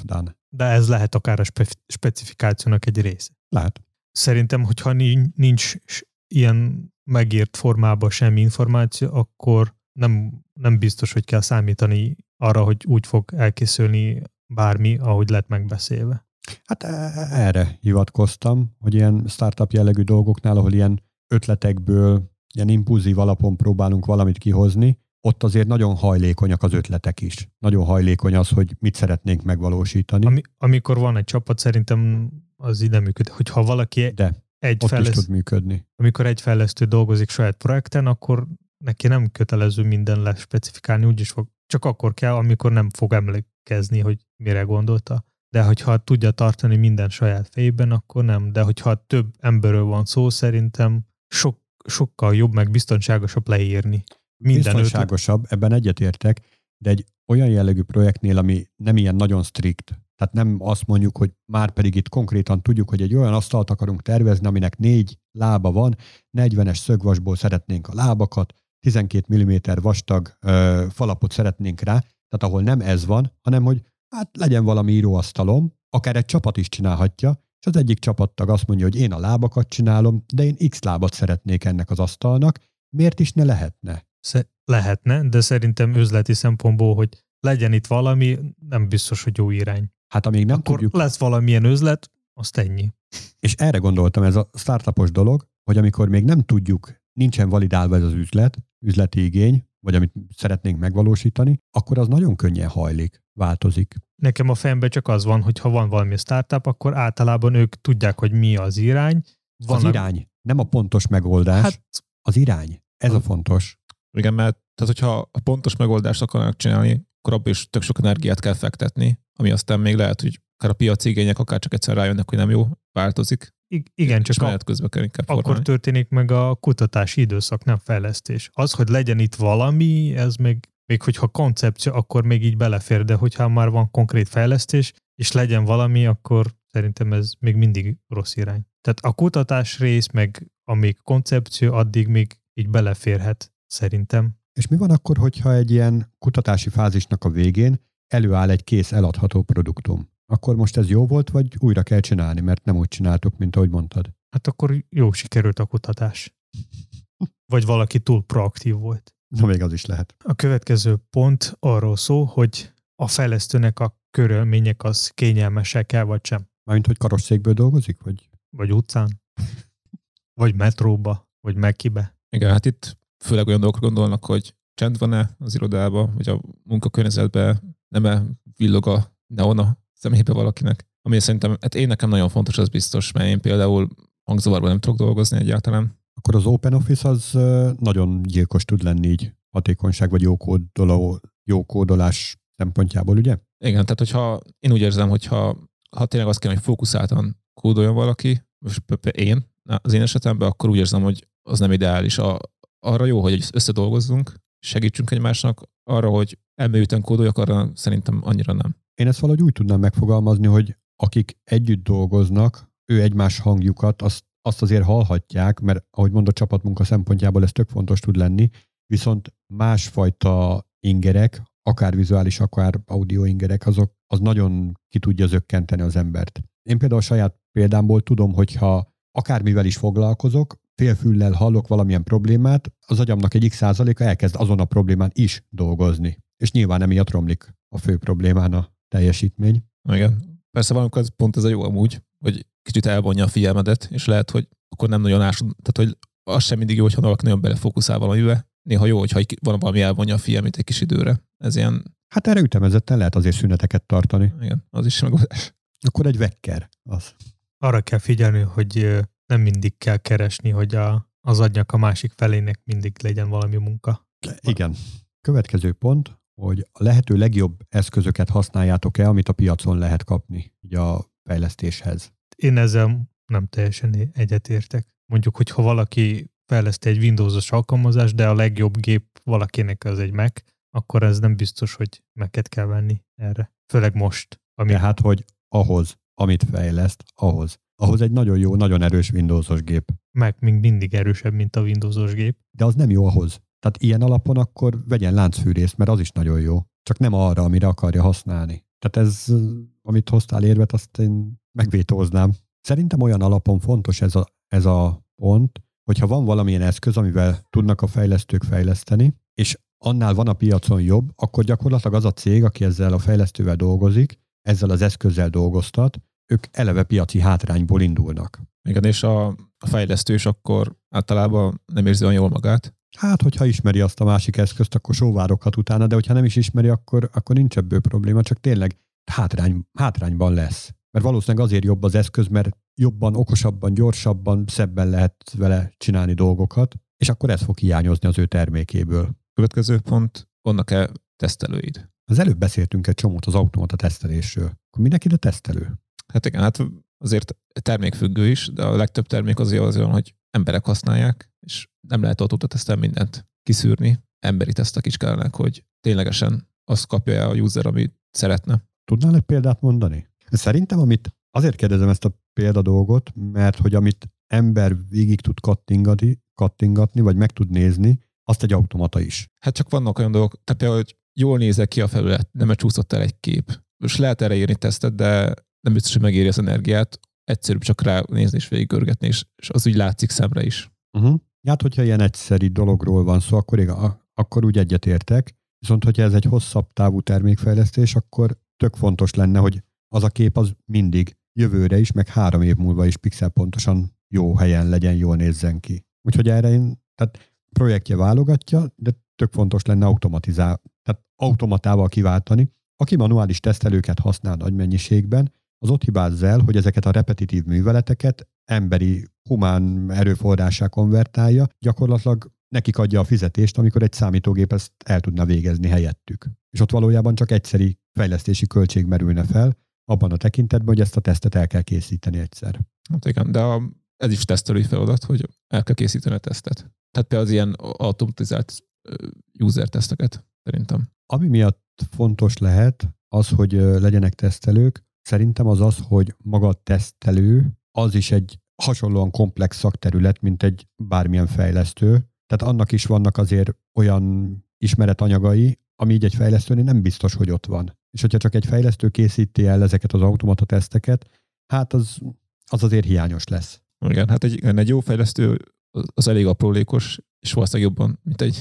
de ez lehet akár a specifikációnak egy része.
Lehet.
Szerintem, hogyha nincs ilyen megírt formában semmi információ, akkor nem biztos, hogy kell számítani arra, hogy úgy fog elkészülni bármi, ahogy lett megbeszélve.
Hát erre hivatkoztam, hogy ilyen startup jellegű dolgoknál, ahol ilyen ötletekből, ilyen impulzív alapon próbálunk valamit kihozni, ott azért nagyon hajlékonyak az ötletek is. Nagyon hajlékony az, hogy mit szeretnénk megvalósítani.
Amikor van egy csapat, szerintem az így nem működik. Hogyha valaki
is tud működni.
Amikor egy fejlesztő dolgozik saját projekten, akkor neki nem kötelező minden lespecifikálni, úgyis fog. Csak akkor kell, amikor nem fog emlékezni, hogy mire gondolta. De hogyha tudja tartani minden saját fejében, akkor nem. De hogyha több emberről van szó, szerintem sokkal jobb, meg biztonságosabb leírni.
Biztonságosabb, ebben egyetértek, de egy olyan jellegű projektnél, ami nem ilyen nagyon strikt, tehát nem azt mondjuk, hogy már pedig itt konkrétan tudjuk, hogy egy olyan asztalt akarunk tervezni, aminek 4 lába van, 40-es szögvasból szeretnénk a lábakat, 12 mm vastag falapot szeretnénk rá, tehát ahol nem ez van, hanem hogy hát legyen valami íróasztalom, akár egy csapat is csinálhatja, és az egyik csapattag azt mondja, hogy én a lábakat csinálom, de én X lábat szeretnék ennek az asztalnak, miért is ne lehetne?
Lehetne, de szerintem üzleti szempontból, hogy legyen itt valami, nem biztos, hogy jó irány.
Hát amíg nem
akkor
tudjuk...
lesz valamilyen üzlet, azt ennyi.
És erre gondoltam, ez a startupos dolog, hogy amikor még nem tudjuk, nincsen validálva ez az üzleti igény, vagy amit szeretnénk megvalósítani, akkor az nagyon könnyen hajlik, változik.
Nekem a fejemben csak az van, hogy ha van valami startup, akkor általában ők tudják, hogy mi az irány.
Az irány, nem a pontos megoldás, hát, az irány. Ez a fontos.
Igen, mert tehát, hogyha a pontos megoldást akarnak csinálni, akkor abban is tök sok energiát kell fektetni, ami aztán még lehet, hogy akár a piaci igények akár csak egyszer rájönnek, hogy nem jó, változik.
Igen, csak
menet közben kell inkább
akkor
formálni.
történik meg a kutatási időszak, nem fejlesztés. Az, hogy legyen itt valami, ez még hogyha koncepció, akkor még így belefér, de hogyha már van konkrét fejlesztés, és legyen valami, akkor szerintem ez még mindig rossz irány. Tehát a kutatás rész, meg amíg koncepció, addig még így beleférhet, szerintem.
És mi van akkor, hogyha egy ilyen kutatási fázisnak a végén előáll egy kész eladható produktum? Akkor most ez jó volt, vagy újra kell csinálni, mert nem úgy csináltuk, mint ahogy mondtad?
Hát akkor jó sikerült a kutatás. Vagy valaki túl proaktív volt.
Na, még az is lehet.
A következő pont arról szól, hogy a fejlesztőnek a körülmények az kényelmesek-e, vagy sem.
Mármint, hogy karosszékből dolgozik,
vagy utcán, vagy metróba, vagy Mekibe.
Igen, hát itt főleg olyan dolgokra gondolnak, hogy csend van-e az irodába, vagy a munkakörnyezetben, nem-e villog a neon a szemébe valakinek. Ami szerintem, hát nekem nagyon fontos, az biztos, mert én például hangzavarban nem tudok dolgozni egyáltalán.
Akkor az OpenOffice az nagyon gyilkos tud lenni így hatékonyság vagy jó kódolás szempontjából, ugye?
Igen, tehát hogyha én úgy érzem, hogyha tényleg azt kell, hogy fókuszáltan kódoljon valaki, most az én esetemben, akkor úgy érzem, hogy az nem ideális. Arra jó, hogy összedolgozzunk, segítsünk egymásnak, arra, hogy elmélyülten kódoljak, arra szerintem annyira nem.
Én ezt valahogy úgy tudnám megfogalmazni, hogy akik együtt dolgoznak, ő egymás hangjukat, azt azért hallhatják, mert ahogy mondott, csapatmunka szempontjából ez tök fontos tud lenni, viszont másfajta ingerek, akár vizuális, akár audio ingerek, az nagyon ki tudja zökkenteni az embert. Én például a saját példámból tudom, hogyha akármivel is foglalkozok, félfüllel hallok valamilyen problémát, az agyamnak egy x% elkezd azon a problémán is dolgozni. És nyilván emiatt romlik a fő problémán a teljesítmény.
Igen. Persze valamikor pont ez a jó amúgy, hogy kicsit elvonja a figyelmedet, és lehet, hogy akkor nem nagyon ásod, tehát hogy az sem mindig jó, hogyha valaki nagyon belefókuszál valamibe. Néha jó, hogyha van valami elvonja a figyelmét egy kis időre. Ez ilyen...
Hát erre ütemezetten lehet azért szüneteket tartani.
Igen, az is megoldás.
Akkor egy wekker az.
Arra kell figyelni, hogy nem mindig kell keresni, hogy az agynak a másik felének mindig legyen valami munka.
Igen. Következő pont, hogy a lehető legjobb eszközöket használjátok-e, amit a piacon lehet kapni így a fejlesztéshez.
Én ezzel nem teljesen egyetértek. Mondjuk, hogyha valaki fejleszt egy Windows-os alkalmazást, de a legjobb gép valakinek az egy Mac, akkor ez nem biztos, hogy Mac-et kell venni erre. Főleg most.
Tehát, hogy ahhoz, amit fejleszt, ahhoz egy nagyon jó, nagyon erős Windows-os gép.
Mac még mindig erősebb, mint a Windows-os gép.
De az nem jó ahhoz. Tehát ilyen alapon akkor vegyen láncfűrészt, mert az is nagyon jó. Csak nem arra, amire akarja használni. Tehát ez, amit hoztál érvet, azt én megvétóznám. Szerintem olyan alapon fontos ez a pont, hogyha van valamilyen eszköz, amivel tudnak a fejlesztők fejleszteni, és annál van a piacon jobb, akkor gyakorlatilag az a cég, aki ezzel a fejlesztővel dolgozik, ezzel az eszközzel dolgoztat, ők eleve piaci hátrányból indulnak.
Igen, és a fejlesztő is akkor általában nem érzi olyan jól magát.
Hát, hogyha ismeri azt a másik eszközt, akkor sóvároghat utána, de hogyha nem is ismeri, akkor nincs ebből probléma, csak tényleg hátrányban lesz. Mert valószínűleg azért jobb az eszköz, mert jobban, okosabban, gyorsabban, szebben lehet vele csinálni dolgokat, és akkor ez fog hiányozni az ő termékéből.
Következő pont, vannak-e tesztelőid?
Az előbb beszéltünk egy csomót az automata tesztelésről. Akkor minek ide tesztelő?
Hát igen, hát azért termékfüggő is, de a legtöbb termék azért az olyan, hogy emberek használják, és nem lehet autóta tesztelni mindent kiszűrni. Emberi tesztek is kellenek, hogy ténylegesen azt kapja a user, amit szeretne.
Tudnál egy példát mondani? Szerintem, azért kérdezem ezt a példadolgot, mert hogy amit ember végig tud kattingatni, vagy meg tud nézni, azt egy automata is.
Hát csak vannak olyan dolgok, tehát például, hogy jól nézek ki a felület, nem csúszott el egy kép. És lehet erre írni tesztet, de nem biztos, hogy megéri az energiát. Egyszerűbb csak ránézni és végigörgetni, és az úgy látszik szemre is.
Hát, hogyha ilyen egyszeri dologról van szó, akkor úgy egyetértek. Viszont, hogyha ez egy hosszabb távú termékfejlesztés, akkor tök fontos lenne, hogy az a kép az mindig jövőre is, meg 3 év múlva is pixelpontosan jó helyen legyen, jól nézzen ki. Úgyhogy erre tehát projektje válogatja, de tök fontos lenne tehát automatával kiváltani. Aki manuális tesztelőket használ nagy mennyiségben, az ott hibázza el, hogy ezeket a repetitív műveleteket emberi, humán erőforrássá konvertálja, gyakorlatilag nekik adja a fizetést, amikor egy számítógép ezt el tudna végezni helyettük. És ott valójában csak egyszeri fejlesztési költség merülne fel, abban a tekintetben, hogy ezt a tesztet el kell készíteni egyszer.
Hát igen, de ez is tesztelői feladat, hogy el kell készíteni a tesztet. Tehát például az ilyen automatizált user teszteket szerintem.
Ami miatt fontos lehet az, hogy legyenek tesztelők, szerintem az, hogy maga a tesztelő, az is egy hasonlóan komplex szakterület, mint egy bármilyen fejlesztő. Tehát annak is vannak azért olyan ismeretanyagai, ami így egy fejlesztőnél nem biztos, hogy ott van. És hogyha csak egy fejlesztő készíti el ezeket az automata teszteket, hát az azért hiányos lesz.
Igen, hát egy jó fejlesztő az elég aprólékos, és valószínűleg jobban, mint egy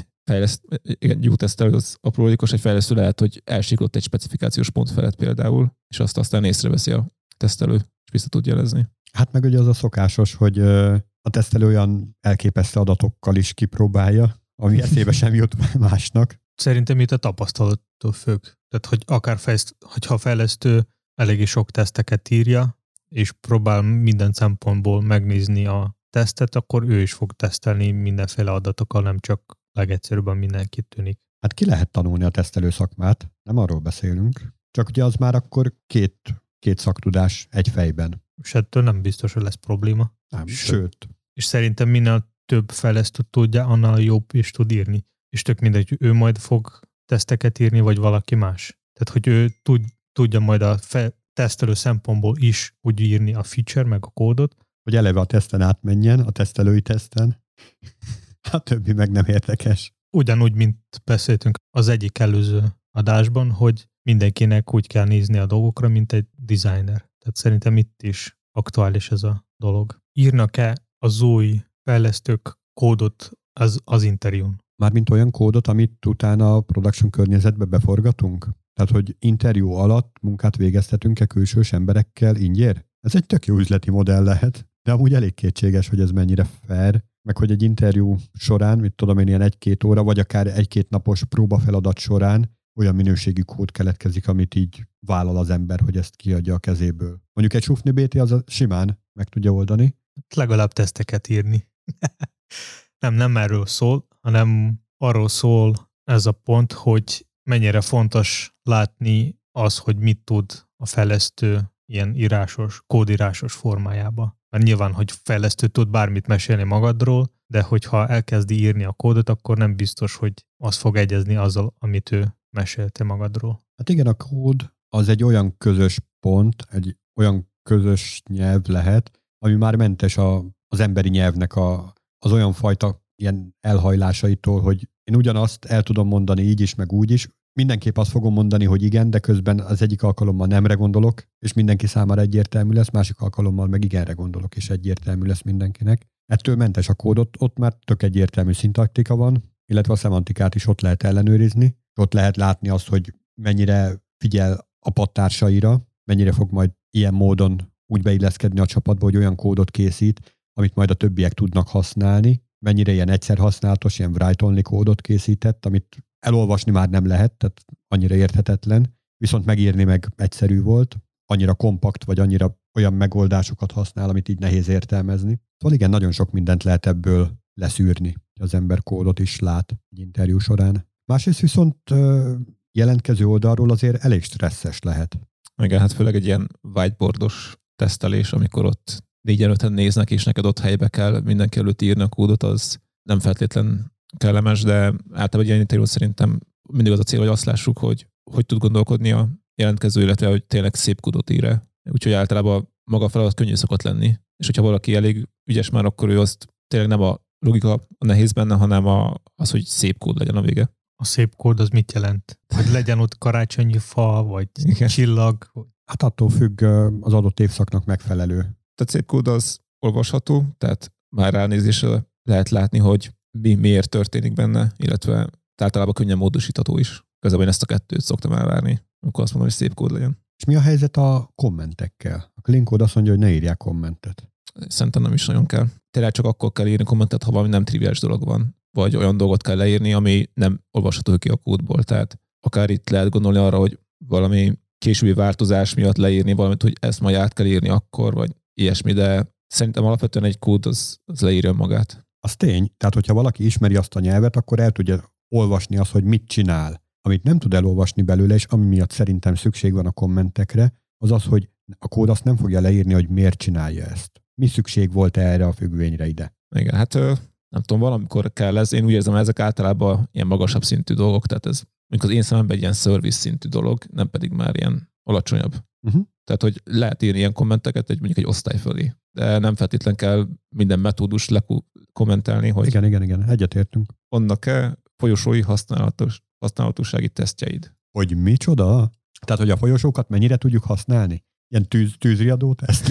jó tesztelő, az aprólékos, egy fejlesztő lehet, hogy elsiklott egy specifikációs pont felett például, és azt aztán észreveszi a tesztelő, és vissza tud jelezni.
Hát meg ugye az a szokásos, hogy a tesztelő olyan elképesztő adatokkal is kipróbálja, ami eszébe sem jut másnak.
Szerintem itt a tapasztalattól függ. Tehát, hogy akár hogyha a fejlesztő eléggé sok teszteket írja, és próbál minden szempontból megnézni a tesztet, akkor ő is fog tesztelni mindenféle adatokkal, nem csak legegyszerűbben mindenki tűnik.
Hát ki lehet tanulni a tesztelő szakmát, nem arról beszélünk. Csak ugye az már akkor két szaktudás egy fejben.
És ettől nem biztos, hogy lesz probléma.
Nem, sőt.
És szerintem minél több fejlesztő tudja, annál jobb is tud írni. És tök mindegy, ő majd fog teszteket írni, vagy valaki más. Tehát, hogy ő tudja majd a tesztelő szempontból is úgy írni a feature, meg a kódot.
Hogy eleve a teszten átmenjen, a tesztelői teszten. A többi meg nem érdekes.
Ugyanúgy, mint beszéltünk az egyik előző adásban, hogy mindenkinek úgy kell nézni a dolgokra, mint egy designer. Tehát szerintem itt is aktuális ez a dolog. Írnak-e az új fejlesztők kódot az interjún?
Mármint olyan kódot, amit utána a production környezetbe beforgatunk? Tehát, hogy interjú alatt munkát végeztetünk-e külsős emberekkel ingyen? Ez egy tök jó üzleti modell lehet, de amúgy elég kétséges, hogy ez mennyire fair, meg hogy egy interjú során, mit tudom én, ilyen 1-2 óra, vagy akár 1-2 napos próbafeladat során olyan minőségű kód keletkezik, amit így vállal az ember, hogy ezt kiadja a kezéből. Mondjuk egy Sufni BT az simán meg tudja oldani.
Legalább teszteket írni. nem erről szól, hanem arról szól ez a pont, hogy mennyire fontos látni az, hogy mit tud a fejlesztő ilyen kódírásos formájába. Mert nyilván, hogy fejlesztő tud bármit mesélni magadról, de hogyha elkezdi írni a kódot, akkor nem biztos, hogy az fog egyezni azzal, amit ő mesélte magadról.
Hát igen, a kód az egy olyan közös pont, egy olyan közös nyelv lehet, ami már mentes az emberi nyelvnek az olyan fajta ilyen elhajlásaitól, hogy én ugyanazt el tudom mondani így is, meg úgy is, mindenképp azt fogom mondani, hogy igen, de közben az egyik alkalommal nemre gondolok, és mindenki számára egyértelmű lesz, másik alkalommal meg igenre gondolok, és egyértelmű lesz mindenkinek. Ettől mentes a kód, ott már tök egyértelmű szintaktika van, illetve a szemantikát is ott lehet ellenőrizni, ott lehet látni azt, hogy mennyire figyel a pattársaira, mennyire fog majd ilyen módon úgy beilleszkedni a csapatba, hogy olyan kódot készít, amit majd a többiek tudnak használni, mennyire ilyen egyszer használatos, ilyen write-only kódot készített, amit elolvasni már nem lehet, tehát annyira érthetetlen, viszont megírni meg egyszerű volt, annyira kompakt, vagy annyira olyan megoldásokat használ, amit így nehéz értelmezni. Szóval igen, nagyon sok mindent lehet ebből leszűrni, hogy az ember kódot is lát egy interjú során. Másrészt viszont jelentkező oldalról azért elég stresszes lehet.
Igen, hát főleg egy ilyen whiteboardos tesztelés, amikor ott 4-5-en néznek, és neked ott helybe kell mindenki előtt írni a kódot, az nem feltétlen kellemes, de általában egy ilyen interjú szerintem mindig az a cél, hogy azt lássuk, hogy tud gondolkodni a jelentkező, illetve hogy tényleg szép kódot ír-e. Úgyhogy általában maga a feladat könnyű szokott lenni. És hogyha valaki elég ügyes már, akkor ő azt tényleg nem a logika a nehéz benne, hanem az, hogy szép kód legyen a vége.
A szép kód az mit jelent? Hogy legyen ott karácsonyi fa, vagy igen, csillag?
Hát attól függ az adott évszaknak megfelelő.
Tehát szép kód az olvasható, tehát már ránézésre lehet látni, hogy miért történik benne, illetve általában könnyen módosítható is. Igazából én ezt a kettőt szoktam elvárni, amikor azt mondom, hogy szép kód legyen.
És mi a helyzet a kommentekkel? A clean code azt mondja, hogy ne írják kommentet.
Szerintem nem is nagyon kell. Tényleg csak akkor kell írni kommentet, ha valami nem triviális dolog van, vagy olyan dolgot kell leírni, ami nem olvasható ki a kódból. Tehát akár itt lehet gondolni arra, hogy valami későbbi változás miatt leírni valamit, hogy ezt majd át kell írni akkor, vagy ilyesmi, de szerintem alapvetően egy kód az leírja magát.
Az tény, tehát hogyha valaki ismeri azt a nyelvet, akkor el tudja olvasni azt, hogy mit csinál. Amit nem tud elolvasni belőle, és ami miatt szerintem szükség van a kommentekre, az az, hogy a kód azt nem fogja leírni, hogy miért csinálja ezt. Mi szükség volt erre a függvényre ide?
Igen, hát nem tudom, valamikor kell ez. Én úgy érzem, ezek általában ilyen magasabb szintű dolgok, tehát ez mondjuk az én szememben egy ilyen service szintű dolog, nem pedig már ilyen alacsonyabb. Tehát, hogy lehet írni ilyen kommenteket mondjuk egy osztály fölé, de nem feltétlen kell minden metódus kommentálni, hogy
igen, egyetértünk.
Vannak-e folyosói használhatósági tesztjeid?
Hogy micsoda? Tehát, hogy a folyosókat mennyire tudjuk használni? Ilyen tűzriadó teszt?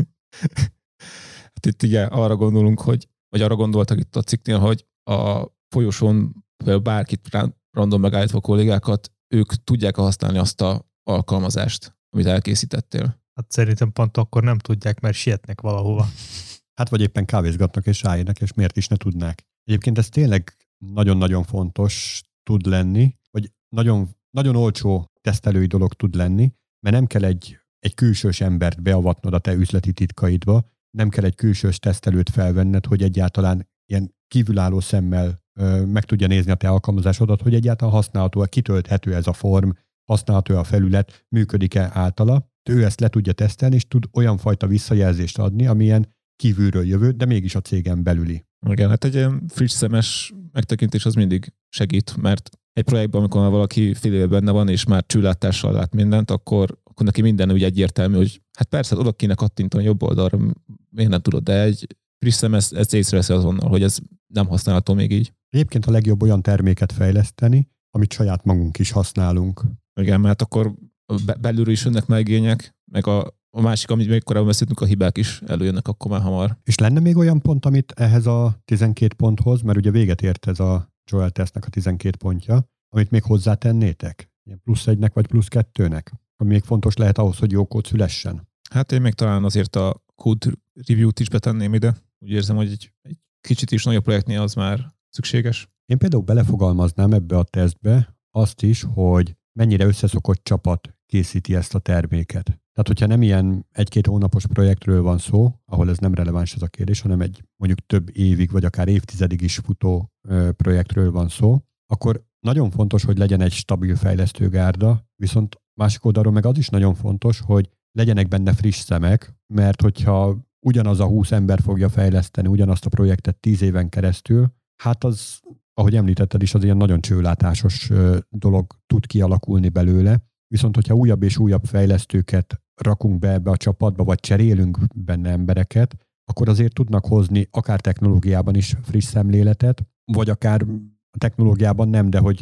Hát itt ugye arra gondolunk, vagy arra gondoltak itt a cikknél, hogy a folyosón bárkit random megállítva kollégákat, ők tudják használni azt a alkalmazást, amit elkészítettél.
Hát szerintem pont akkor nem tudják, mert sietnek valahova.
Hát vagy éppen kávézgatnak és ráérnek, és miért is ne tudnák. Egyébként ez tényleg nagyon-nagyon fontos tud lenni, vagy nagyon, nagyon olcsó tesztelői dolog tud lenni, mert nem kell egy külsős embert beavatnod a te üzleti titkaidba, nem kell egy külsős tesztelőt felvenned, hogy egyáltalán ilyen kívülálló szemmel meg tudja nézni a te alkalmazásodat, hogy egyáltalán használható, kitölthető ez a form, használható a felület, működik-e általa. Ő ezt le tudja tesztelni, és tud olyan fajta visszajelzést adni, amilyen kívülről jövő, de mégis a cégen belüli.
Igen, hát egy ilyen friss szemes megtekintés az mindig segít, mert egy projektben, amikor már valaki fél éve benne van, és már csőlátással lát mindent, akkor neki minden úgy egyértelmű, hogy hát persze, oda kéne kattintani jobb oldalra, miért nem tudod, de egy friss szem ezt észreveszi azonnal, hogy ez nem használható még így.
Egyébként a legjobb olyan terméket fejleszteni, amit saját magunk is használunk.
Igen, mert akkor belülről is jönnek megigények, meg a másik, amit még korábban beszéltünk, a hibák is előjönnek akkor már hamar.
És lenne még olyan pont, amit ehhez a 12 ponthoz, mert ugye véget ért ez a Joel tesztnek a 12 pontja, amit még hozzátennétek? Ilyen +1-nek vagy +2-nek? Ami még fontos lehet ahhoz, hogy jó kód szülessen.
Hát én még talán azért a code review-t is betenném ide. Úgy érzem, hogy egy kicsit is nagyobb projektnél az már szükséges.
Én például belefogalmaznám ebbe a tesztbe azt is, hogy mennyire összeszokott csapat készíti ezt a terméket. Tehát, hogyha nem ilyen 1-2 hónapos projektről van szó, ahol ez nem releváns ez a kérdés, hanem egy mondjuk több évig, vagy akár évtizedig is futó projektről van szó, akkor nagyon fontos, hogy legyen egy stabil fejlesztőgárda, viszont másik oldalról meg az is nagyon fontos, hogy legyenek benne friss szemek, mert hogyha ugyanaz a 20 ember fogja fejleszteni ugyanazt a projektet 10 éven keresztül, hát az, ahogy említetted is, az ilyen nagyon csőlátásos dolog tud kialakulni belőle. Viszont, hogyha újabb és újabb fejlesztőket rakunk be ebbe a csapatba, vagy cserélünk benne embereket, akkor azért tudnak hozni akár technológiában is friss szemléletet, vagy akár a technológiában nem, de hogy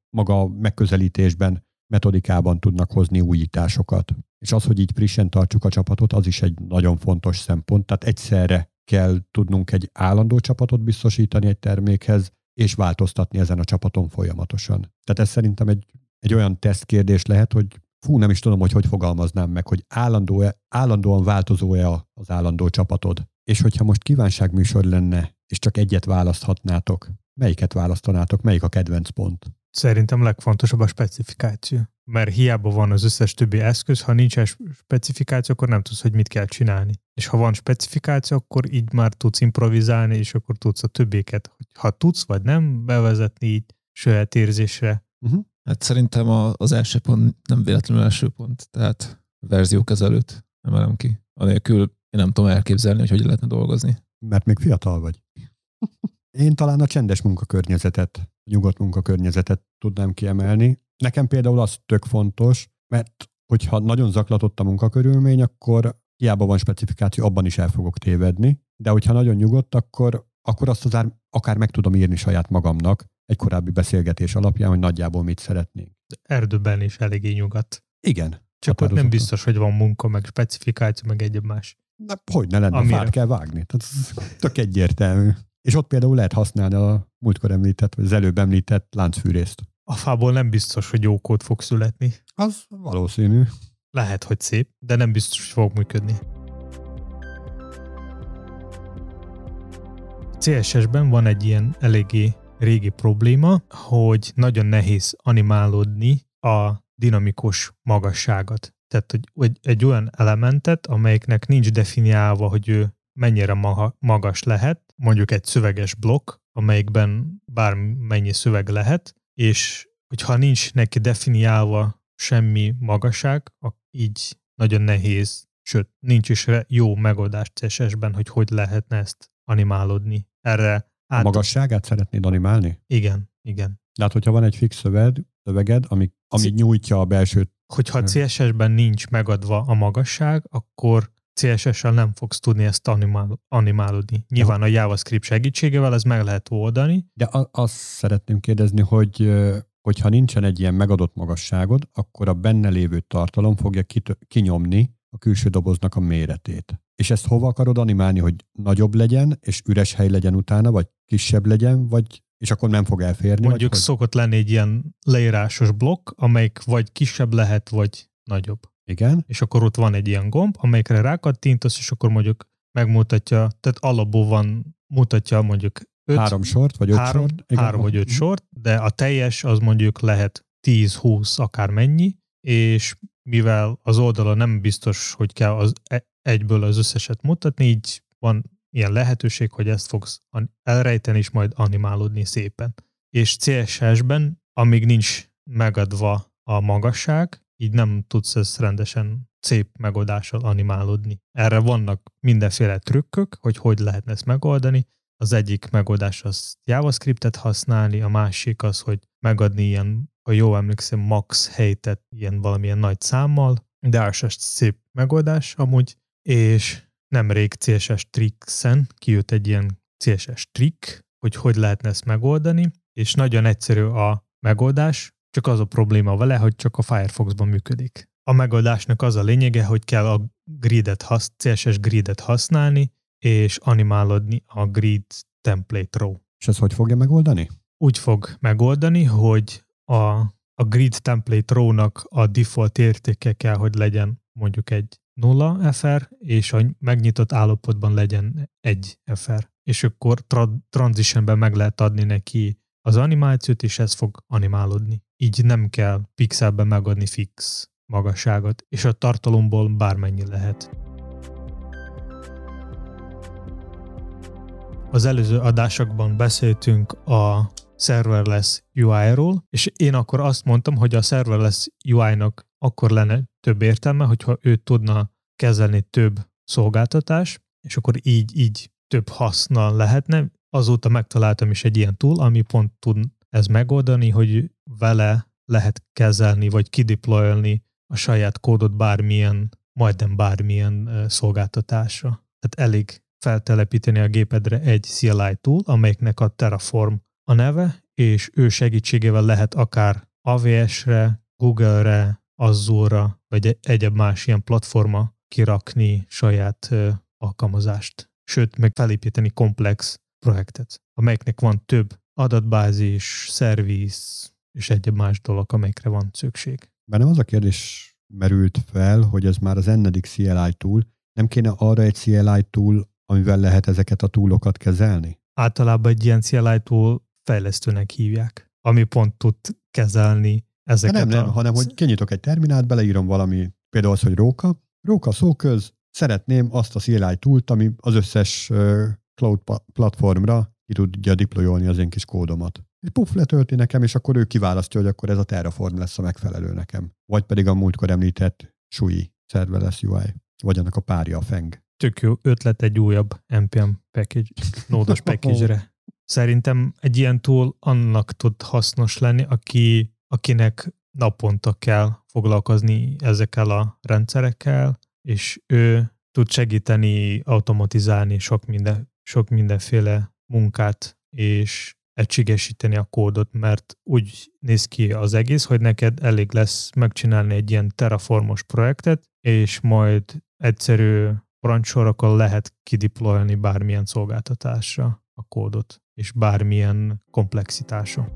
maga a megközelítésben, metodikában tudnak hozni újításokat. És az, hogy így frissen tartsuk a csapatot, az is egy nagyon fontos szempont. Tehát egyszerre kell tudnunk egy állandó csapatot biztosítani egy termékhez, és változtatni ezen a csapaton folyamatosan. Tehát ez szerintem egy olyan tesztkérdés lehet, hogy nem is tudom, hogy fogalmaznám meg, hogy állandóan változó-e az állandó csapatod. És hogyha most kívánságműsor lenne, és csak egyet választhatnátok, melyiket választanátok, melyik a kedvenc pont?
Szerintem legfontosabb a specifikáció. Mert hiába van az összes többi eszköz, ha nincs specifikáció, akkor nem tudsz, hogy mit kell csinálni. És ha van specifikáció, akkor így már tudsz improvizálni, és akkor tudsz a többieket, ha tudsz vagy nem bevezetni így saját érzésre.
Hát szerintem az első pont nem véletlenül első pont, tehát verziókezelőt emelem ki. Anélkül én nem tudom elképzelni, hogy lehetne dolgozni.
Mert még fiatal vagy. Én talán a csendes munkakörnyezetet, a nyugodt munkakörnyezetet tudnám kiemelni. Nekem például az tök fontos, mert hogyha nagyon zaklatott a munkakörülmény, akkor hiába van specifikáció, abban is el fogok tévedni, de hogyha nagyon nyugodt, akkor azt akár meg tudom írni saját magamnak egy korábbi beszélgetés alapján, hogy nagyjából mit szeretnénk.
Erdőben is eléggé nyugodt.
Igen.
Csak ott nem biztos, hogy van munka, meg specifikáció, meg egyéb más.
Hogy ne lenne, fát kell vágni. Tehát tök egyértelmű. És ott például lehet használni a múltkor említett, vagy az előbb említett láncfűrészt.
A fából nem biztos, hogy jó kód fog születni.
Az valószínű.
Lehet, hogy szép, de nem biztos, hogy fog működni. CSS-ben van egy ilyen eléggé régi probléma, hogy nagyon nehéz animálódni a dinamikus magasságot. Tehát, hogy egy olyan elementet, amelyiknek nincs definiálva, hogy ő mennyire magas lehet, mondjuk egy szöveges blokk, amelyikben bármennyi szöveg lehet, és hogyha nincs neki definiálva semmi magasság, így nagyon nehéz, sőt, nincs is jó megoldás CSS-ben, hogy lehetne ezt animálódni. Erre
a magasságát szeretnéd animálni?
Igen.
De hát, hogyha van egy fix szöveged, ami nyújtja a belsőt.
Hogyha CSS-ben nincs megadva a magasság, akkor CSS-sel nem fogsz tudni ezt animálódni. Nyilván a JavaScript segítségével ez meg lehet oldani.
De azt szeretném kérdezni, hogyha nincsen egy ilyen megadott magasságod, akkor a benne lévő tartalom fogja kinyomni a külső doboznak a méretét. És ezt hova akarod animálni, hogy nagyobb legyen, és üres hely legyen utána, vagy kisebb legyen, és akkor nem fog elférni?
Mondjuk szokott lenni egy ilyen leírásos blokk, amelyik vagy kisebb lehet, vagy nagyobb.
Igen.
És akkor ott van egy ilyen gomb, amelyikre rákattintasz, és akkor mondjuk megmutatja, tehát alapból mutatja mondjuk
3 sort, vagy 5 sort.
Igen. 3 vagy 5 sort, de a teljes az mondjuk lehet 10-20 akármennyi, és mivel az oldalon nem biztos, hogy kell egyből az összeset mutatni, így van ilyen lehetőség, hogy ezt fogsz elrejteni, és majd animálódni szépen. És CSS-ben, amíg nincs megadva a magasság, így nem tudsz ezt rendesen szép megoldással animálódni. Erre vannak mindenféle trükkök, hogy lehetne ezt megoldani. Az egyik megoldás az JavaScriptet használni, a másik az, hogy megadni ilyen, ha jól emlékszem, max heightet ilyen valamilyen nagy számmal, de az szép megoldás amúgy, és nemrég CSS Tricks-en kijött egy ilyen CSS trick, hogy lehetne ezt megoldani, és nagyon egyszerű a megoldás, csak az a probléma vele, hogy csak a Firefoxban működik. A megoldásnak az a lényege, hogy kell a CSS gridet használni, és animálodni a grid template row.
És ez hogy fogja megoldani?
Úgy fog megoldani, hogy a grid template row-nak a default értéke kell, hogy legyen mondjuk egy 0 FR, és a megnyitott állapotban legyen 1 FR. És akkor transitionben meg lehet adni neki az animációt, és ez fog animálódni. Így nem kell pixelben megadni fix magasságot, és a tartalomból bármennyi lehet. Az előző adásokban beszéltünk a serverless UI-ról, és én akkor azt mondtam, hogy a serverless UI-nak akkor lenne több értelme, hogyha ő tudna kezelni több szolgáltatás, és akkor így több haszna lehetne. Azóta megtaláltam is egy ilyen tool, ami pont tud ez megoldani, hogy vele lehet kezelni, vagy kideployolni a saját kódot majdnem bármilyen szolgáltatásra. Tehát elég feltelepíteni a gépedre egy CLI tool, amelyiknek a Terraform a neve, és ő segítségével lehet akár AWS-re, Google-re, Azure-ra, vagy egyéb más ilyen platforma kirakni saját alkalmazást. Sőt, meg felépíteni komplex projektet, amelyeknek van több adatbázis, szerviz és egyéb más dolog, amelyekre van szükség.
Bennem az a kérdés merült fel, hogy ez már az n-edik CLI tool, nem kéne arra egy CLI tool, amivel lehet ezeket a toolokat kezelni?
Általában egy ilyen CLI tool fejlesztőnek hívják, ami pont tud kezelni ezeket.
Nem, hanem hogy kinyitok egy terminált, beleírom valami, például az, hogy Róka szóköz, szeretném azt a CLI toolt, ami az összes cloud platformra ki tudja deployolni az én kis kódomat. Egy puff letölti nekem, és akkor ő kiválasztja, hogy akkor ez a Terraform lesz a megfelelő nekem. Vagy pedig a múltkor említett SUI, Serverless UI, vagy annak a párja, a Feng.
Tök jó ötlet egy újabb NPM package, nódos package-re. Szerintem egy ilyen tool annak tud hasznos lenni, akinek naponta kell foglalkozni ezekkel a rendszerekkel, és ő tud segíteni, automatizálni sok mindenféle munkát, és egységesíteni a kódot, mert úgy néz ki az egész, hogy neked elég lesz megcsinálni egy ilyen terraformos projektet, és majd egyszerű parancsorokkal lehet kideployolni bármilyen szolgáltatásra a kódot, és bármilyen komplexitása.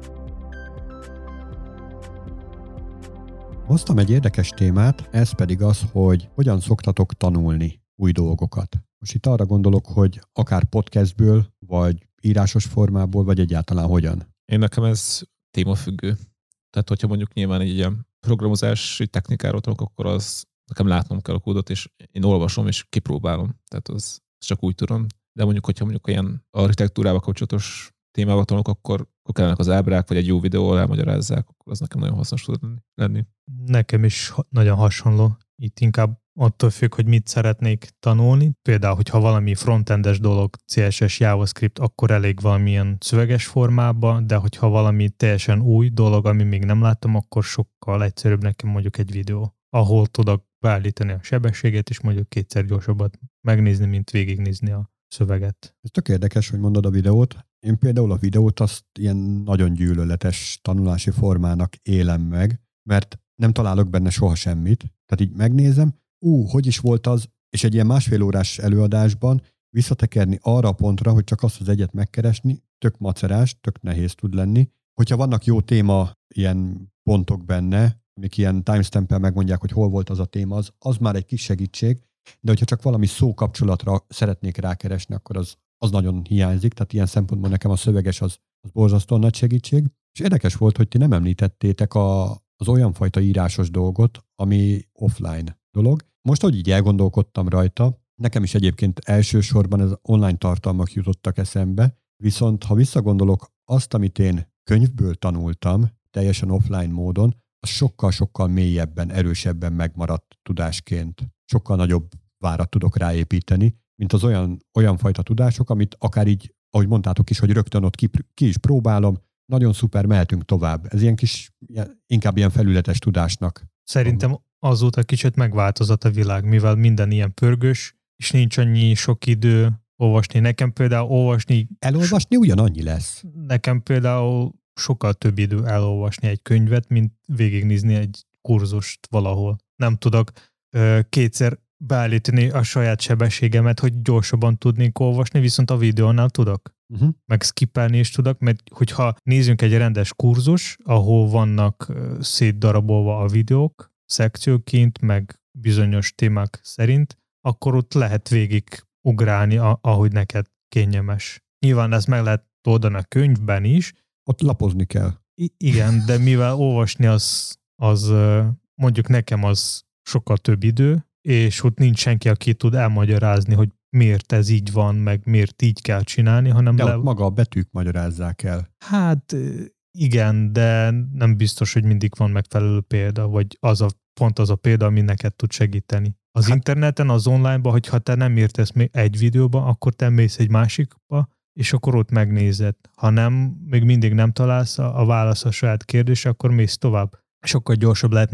Hoztam egy érdekes témát, ez pedig az, hogy hogyan szoktatok tanulni új dolgokat. Most itt arra gondolok, hogy akár podcastből, vagy írásos formából, vagy egyáltalán hogyan.
Én nekem ez témafüggő. Tehát, hogyha mondjuk nyilván egy ilyen programozási technikáról tudok, akkor az nekem látnom kell a kódot, és én olvasom, és kipróbálom. Tehát az csak úgy tudom. De mondjuk, hogyha mondjuk ilyen architektúrával kapcsolatos témával tanulok, akkor kellenek az ábrák, vagy egy jó videó elmagyarázzák, akkor az nekem nagyon hasznos tud lenni.
Nekem is nagyon hasonló. Itt inkább attól függ, hogy mit szeretnék tanulni. Például, hogyha valami frontendes dolog, CSS, JavaScript, akkor elég valamilyen szöveges formában, de hogyha valami teljesen új dolog, ami még nem láttam, akkor sokkal egyszerűbb nekem mondjuk egy videó, ahol tudok beállítani a sebességet, és mondjuk kétszer gyorsabbat megnézni, mint végignézni a szöveget.
Ez tök érdekes, hogy mondod a videót. Én például a videót azt ilyen nagyon gyűlöletes tanulási formának élem meg, mert nem találok benne soha semmit. Tehát így megnézem, hogy is volt az, és egy ilyen 1,5 órás előadásban visszatekerni arra a pontra, hogy csak azt az egyet megkeresni, tök macerás, tök nehéz tud lenni. Hogyha vannak jó téma ilyen pontok benne, amik ilyen timestamp-el megmondják, hogy hol volt az a téma, az már egy kis segítség, de hogyha csak valami szókapcsolatra szeretnék rákeresni, akkor az nagyon hiányzik, tehát ilyen szempontból nekem a szöveges az borzasztóan nagy segítség. És érdekes volt, hogy ti nem említettétek az olyan fajta írásos dolgot, ami offline dolog. Most, hogy így elgondolkodtam rajta, nekem is egyébként elsősorban az online tartalmak jutottak eszembe, viszont ha visszagondolok azt, amit én könyvből tanultam, teljesen offline módon, az sokkal-sokkal mélyebben, erősebben megmaradt tudásként. Sokkal nagyobb várat tudok ráépíteni, mint az olyan fajta tudások, amit akár így, ahogy mondtátok is, hogy rögtön ott ki is próbálom, nagyon szuper, mehetünk tovább. Ez ilyen kis, inkább ilyen felületes tudásnak.
Szerintem azóta kicsit megváltozott a világ, mivel minden ilyen pörgős, és nincs annyi sok idő olvasni. Nekem például
elolvasni ugyanannyi lesz.
Nekem például sokkal több idő elolvasni egy könyvet, mint végignézni egy kurzust valahol. Nem tudok kétszer beállítani a saját sebességemet, hogy gyorsabban tudnék olvasni, viszont a videónál tudok. Meg skippelni is tudok, mert hogyha nézzünk egy rendes kurzus, ahol vannak szétdarabolva a videók, szekcióként, meg bizonyos témák szerint, akkor ott lehet végig ugrálni, ahogy neked kényelmes. Nyilván ezt meg lehet oldani a könyvben is.
Ott lapozni kell.
Igen, de mivel olvasni az mondjuk nekem az sokkal több idő, és ott nincs senki, aki tud elmagyarázni, hogy miért ez így van, meg miért így kell csinálni, hanem...
De ott maga a betűk magyarázzák el.
Hát igen, de nem biztos, hogy mindig van megfelelő példa, vagy pont az a példa, ami neked tud segíteni. Az interneten, az online-ban, hogyha te nem értesz még egy videóba, akkor te mész egy másikba, és akkor ott megnézed. Ha nem, még mindig nem találsz a válasz a saját kérdésre, akkor mész tovább. Sokkal gyorsabb lehet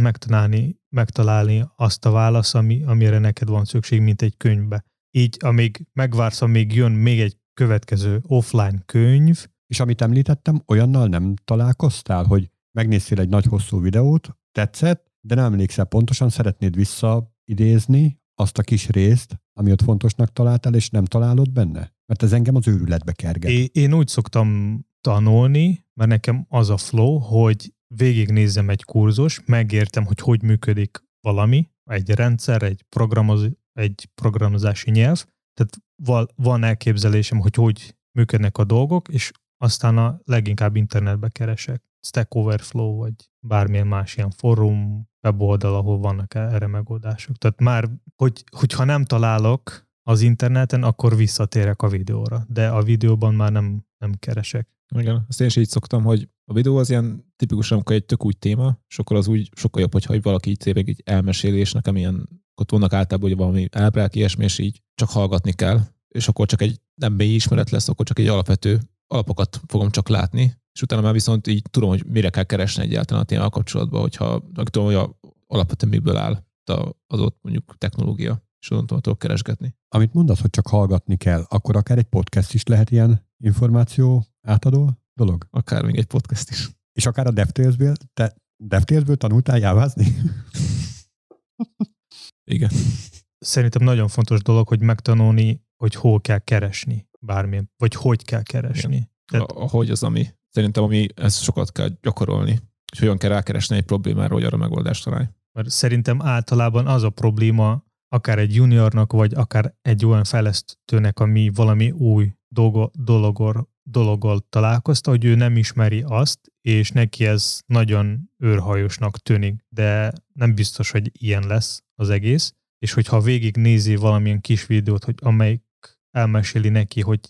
megtalálni azt a választ, amire neked van szükség, mint egy könyvbe. Így, amíg megvársz, amíg jön még egy következő offline könyv,
És amit említettem, olyannal nem találkoztál, hogy megnéztél egy nagy hosszú videót, tetszett, de nem emlékszel pontosan, szeretnéd visszaidézni azt a kis részt, ami ott fontosnak találtál, és nem találod benne? Mert ez engem az őrületbe kerget.
Én úgy szoktam tanulni, mert nekem az a flow, hogy végignézzem egy kurzus, megértem, hogy működik valami, egy rendszer, egy programozási nyelv, tehát van elképzelésem, hogy működnek a dolgok, és aztán a leginkább internetbe keresek. Stack Overflow, vagy bármilyen más ilyen fórum, weboldal, ahol vannak erre megoldások. Tehát már, hogyha nem találok az interneten, akkor visszatérek a videóra, de a videóban már nem keresek.
Igen, azt én is így szoktam, hogy a videó az ilyen tipikusan, amikor egy tök új téma, és akkor az úgy sokkal jobb, hogyha valaki így tényleg így elmeséli, és nekem ilyen, ott vannak általában, hogy valami elbrák, ilyesmi, és így csak hallgatni kell, és akkor csak egy nem mély ismeret lesz, akkor csak egy alapvető alapokat fogom csak látni, és utána már viszont így tudom, hogy mire kell keresni egyáltalán a témával kapcsolatban, hogyha tudom, hogy alapvetően miből áll az ott mondjuk technológia, és onnan tudok keresgetni. Amit
mondasz, hogy csak hallgatni kell, akkor akár egy podcast is lehet ilyen információ átadó dolog?
Akár még egy podcast is.
És akár a DevTales-ből, te DevTales-ből tanultál jávázni?
Igen.
Szerintem nagyon fontos dolog, hogy megtanulni, hogy hol kell keresni bármilyen, vagy hogy kell keresni.
Tehát... Hogy az, ami ezt sokat kell gyakorolni, és hogyan kell rákeresni egy problémára, hogy arra megoldást találj. Mert
szerintem általában az a probléma, akár egy juniornak, vagy akár egy olyan fejlesztőnek, ami valami új dologgal találkozta, hogy ő nem ismeri azt, és neki ez nagyon őrhajosnak tűnik, de nem biztos, hogy ilyen lesz az egész, és hogyha végignézi valamilyen kis videót, amelyik elmeséli neki, hogy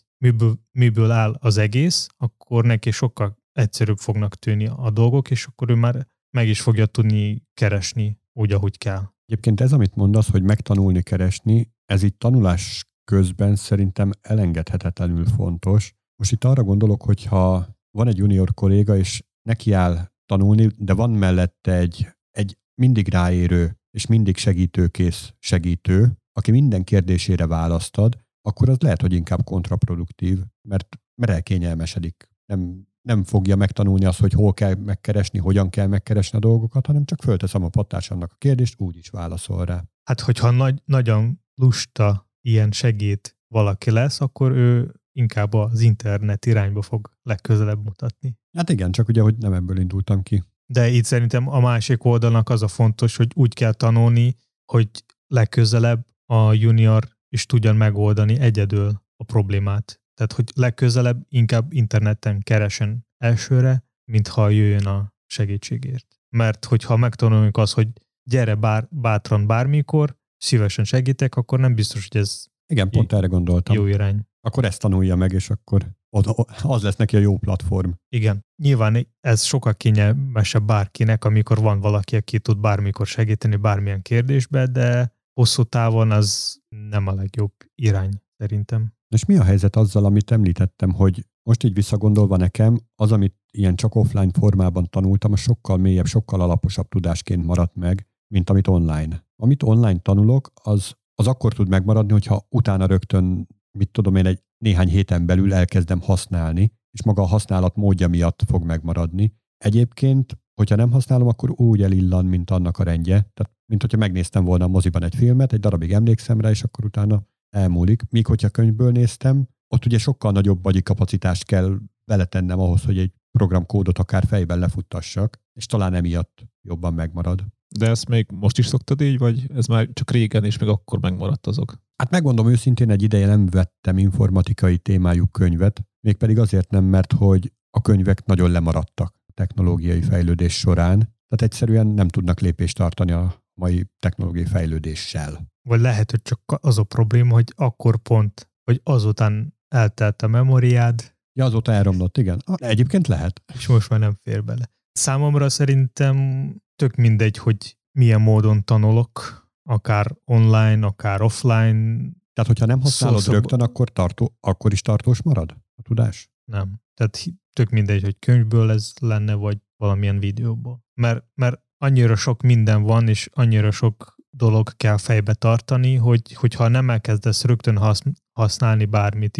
miből áll az egész, akkor neki sokkal egyszerűbb fognak tűnni a dolgok, és akkor ő már meg is fogja tudni keresni úgy, ahogy kell.
Egyébként ez, amit mondasz, hogy megtanulni keresni, ez itt tanulás közben szerintem elengedhetetlenül fontos. Most itt arra gondolok, hogyha van egy junior kolléga, és neki áll tanulni, de van mellette egy mindig ráérő és mindig segítőkész segítő, aki minden kérdésére választ ad, akkor az lehet, hogy inkább kontraproduktív, mert elkényelmesedik. Nem fogja megtanulni azt, hogy hol kell megkeresni, hogyan kell megkeresni a dolgokat, hanem csak fölteszem a pattársamnak a kérdést, úgy is válaszol rá.
Hát, hogyha nagyon lusta ilyen segít valaki lesz, akkor ő inkább az internet irányba fog legközelebb mutatni.
Hát igen, csak ugye, hogy nem ebből indultam ki.
De itt szerintem a másik oldalnak az a fontos, hogy úgy kell tanulni, hogy legközelebb a junior is tudjon megoldani egyedül a problémát. Tehát, hogy legközelebb inkább interneten keresen elsőre, mint ha jöjjön a segítségért. Mert hogyha megtanuljuk azt, hogy gyere bátran bármikor, szívesen segítek, akkor nem biztos, hogy ez
igen, pont erre gondoltam.
Jó irány.
Akkor ezt tanulja meg, és akkor az lesz neki a jó platform.
Igen. Nyilván ez sokkal kényelmesebb bárkinek, amikor van valaki, aki tud bármikor segíteni bármilyen kérdésbe, de hosszú távon az nem a legjobb irány, szerintem.
És mi a helyzet azzal, amit említettem, hogy most így visszagondolva nekem, az, amit ilyen csak offline formában tanultam, az sokkal mélyebb, sokkal alaposabb tudásként maradt meg, mint amit online. Amit online tanulok, az akkor tud megmaradni, hogyha utána rögtön, mit tudom én, egy néhány héten belül elkezdem használni, és maga a használat módja miatt fog megmaradni. Egyébként, hogyha nem használom, akkor úgy elillan, mint annak a rendje. Tehát, mint hogyha megnéztem volna a moziban egy filmet, egy darabig emlékszem rá, és akkor utána elmúlik. Míg hogyha könyvből néztem, ott ugye sokkal nagyobb agyi kapacitást kell beletennem ahhoz, hogy egy programkódot akár fejben lefuttassak, és talán emiatt jobban megmarad.
De ezt még most is szoktad így, vagy ez már csak régen, és még akkor megmaradt azok?
Hát megmondom őszintén, egy ideje nem vettem informatikai témájú könyvet, mégpedig azért nem, mert hogy a könyvek nagyon lemaradtak a technológiai fejlődés során, tehát egyszerűen nem tudnak lépést tartani a mai technológiai fejlődéssel.
Vagy lehet, hogy csak az a probléma, hogy akkor pont, hogy azután eltelt a memóriád.
Ja, azóta elromlott, igen. Egyébként lehet.
És most már nem fér bele. Számomra szerintem tök mindegy, hogy milyen módon tanulok, akár online, akár offline.
Tehát, hogyha nem használod rögtön, akkor is tartós marad a tudás?
Nem. Tehát tök mindegy, hogy könyvből ez lenne, vagy valamilyen videóból. Mert annyira sok minden van, és annyira sok dolog kell fejbe tartani, hogyha nem elkezdesz rögtön használni bármit is,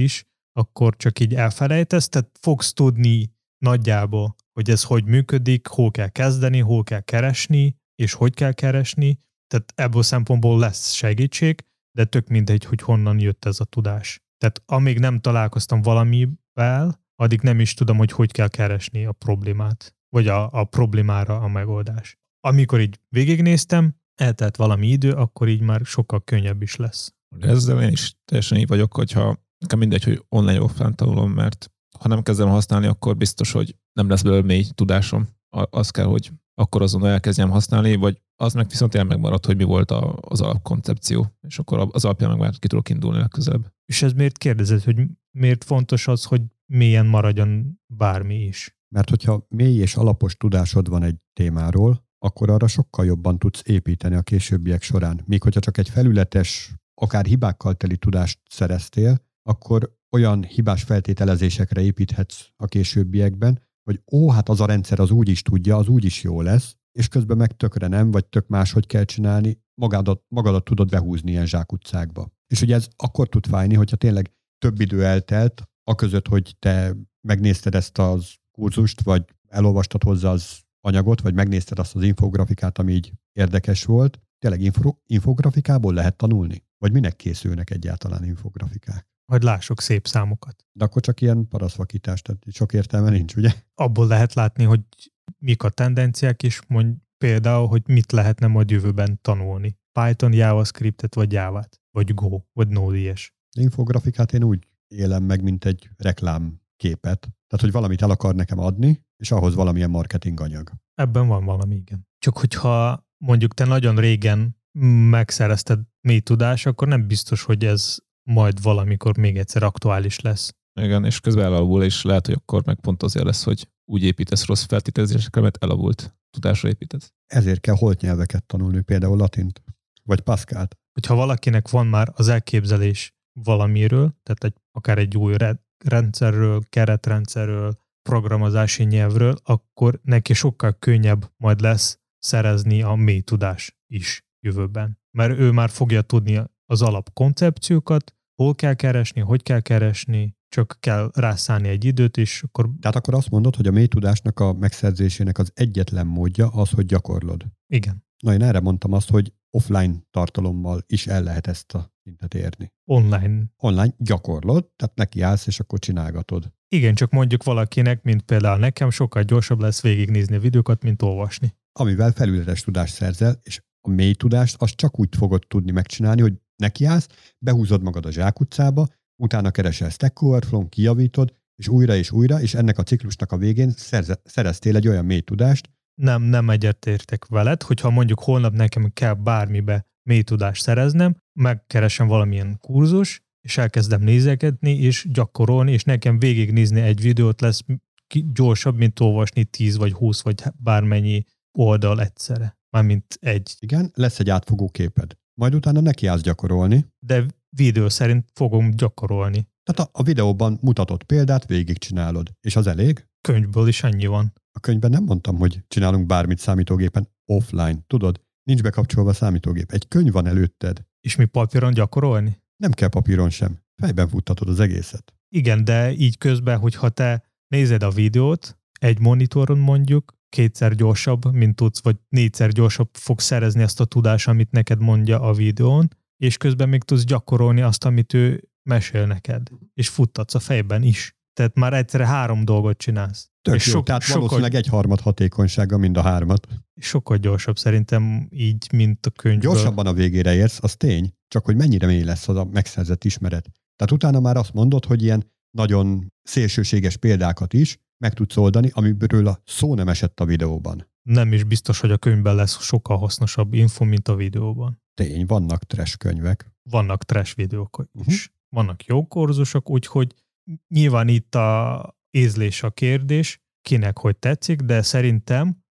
akkor csak így elfelejtesz, tehát fogsz tudni nagyjából, hogy ez hogy működik, hol kell kezdeni, hol kell keresni, és hogy kell keresni, tehát ebből szempontból lesz segítség, de tök mindegy, hogy honnan jött ez a tudás. Tehát amíg nem találkoztam valamivel, addig nem is tudom, hogy kell keresni a problémát, vagy a problémára a megoldás. Amikor így végignéztem, eltelt valami idő, akkor így már sokkal könnyebb is lesz.
Ezzel én is teljesen így vagyok, hogyha nekem mindegy, hogy online offline tanulom, mert ha nem kezdem használni, akkor biztos, hogy nem lesz belőle mély tudásom. Az kell, hogy akkor azon elkezdjem használni, vagy az meg viszont ilyen megmarad, hogy mi volt az alapkoncepció, és akkor az alapján meg már ki tudok indulni legközelebb.
És ez miért kérdezed, hogy miért fontos az, hogy mélyen maradjon bármi is?
Mert hogyha mély és alapos tudásod van egy témáról, akkor arra sokkal jobban tudsz építeni a későbbiek során. Míg hogyha csak egy felületes, akár hibákkal teli tudást szereztél, akkor olyan hibás feltételezésekre építhetsz a későbbiekben, hogy hát az a rendszer az úgy is tudja, az úgy is jó lesz, és közben meg tökre nem, vagy tök máshogy kell csinálni, magadat tudod behúzni ilyen zsákutcákba. És ugye ez akkor tud fájni, hogyha tényleg több idő eltelt, aközött, hogy te megnézted ezt az kurzust, vagy elolvastad hozzá az anyagot, vagy megnézted azt az infografikát, ami így érdekes volt. Tényleg infografikából lehet tanulni? Vagy minek készülnek egyáltalán infografikák?
Vagy lássuk szép számokat.
De akkor csak ilyen parasztvakítás, tehát sok értelme nincs, ugye?
Abból lehet látni, hogy mik a tendenciák, és mondj például, hogy mit lehetne majd jövőben tanulni. Python, JavaScriptet, vagy Java-t, vagy Go, vagy Node.js.
Infografikát én úgy élem meg, mint egy reklámképet. Tehát, hogy valamit el akar nekem adni, és ahhoz valamilyen marketing anyag.
Ebben van valami, igen. Csak hogyha mondjuk te nagyon régen megszerezted mély tudás, akkor nem biztos, hogy ez majd valamikor még egyszer aktuális lesz.
Igen, és közben elavul, és lehet, hogy akkor meg pont azért lesz, hogy úgy építesz rossz feltételezésekre, mert elavult tudásra építesz.
Ezért kell holt nyelveket tanulni, például latint, vagy Pascalt.
Hogyha valakinek van már az elképzelés valamiről, tehát akár egy új rendszerről, keretrendszerről, programozási nyelvről, akkor neki sokkal könnyebb majd lesz szerezni a mély tudás is jövőben. Mert ő már fogja tudni az alapkoncepciókat, hol kell keresni, hogy kell keresni, csak kell rászállni egy időt, és akkor...
Tehát akkor azt mondod, hogy a mély tudásnak a megszerzésének az egyetlen módja az, hogy gyakorlod.
Igen.
Na, én erre mondtam azt, hogy offline tartalommal is el lehet ezt a szintet érni. Online gyakorlod, tehát nekiállsz, és akkor csinálgatod.
Igen, csak mondjuk valakinek, mint például nekem, sokkal gyorsabb lesz végignézni a videókat, mint olvasni.
Amivel felületes tudást szerzel, és a mély tudást azt csak úgy fogod tudni megcsinálni, hogy nekiállsz, behúzod magad a zsákutcába, utána keresel Stack Overflow-n, kijavítod, és újra, és ennek a ciklusnak a végén szereztél egy olyan mély tudást.
Nem egyetértek veled, hogyha mondjuk holnap nekem kell bármibe mély tudást szereznem, megkeresem valamilyen kurzus, és elkezdem nézegetni, és gyakorolni, és nekem végignézni egy videót lesz gyorsabb, mint olvasni 10 vagy 20 vagy bármennyi oldal egyszerre. Mármint egy.
Igen, lesz egy átfogó képed. Majd utána nekiállsz gyakorolni.
De videó szerint fogom gyakorolni.
Tehát a videóban mutatott példát végigcsinálod. És az elég?
Könyvből is annyi van.
A könyvben nem mondtam, hogy csinálunk bármit számítógépen offline. Tudod, nincs bekapcsolva a számítógép. Egy könyv van előtted.
És mi papíron gyakorolni?
Nem kell papíron sem. Fejben futtatod az egészet.
Igen, de így közben, hogyha te nézed a videót, egy monitoron mondjuk, 2-szer gyorsabb, mint tudsz, vagy 4-szer gyorsabb fogsz szerezni azt a tudást, amit neked mondja a videón, és közben még tudsz gyakorolni azt, amit ő mesél neked. És futtatsz a fejben is. Tehát már egyszerre 3 dolgot csinálsz.
Tök
és
jó, tehát valószínűleg 1/3 hatékonysága mind a 3.
Sokkal gyorsabb szerintem így, mint a könyvből.
Gyorsabban a végére érsz, az tény, csak hogy mennyire mély lesz az a megszerzett ismeret. Tehát utána már azt mondod, hogy ilyen nagyon szélsőséges példákat is meg tudsz oldani, amiből a szó nem esett a videóban.
Nem is biztos, hogy a könyvben lesz sokkal hasznosabb info, mint a videóban.
Tény, vannak trash könyvek.
Vannak trash videók is. Vannak jó kurzusok, úgyhogy nyilván itt a ízlés a kérdés, kinek hogy tetszik, de szerintem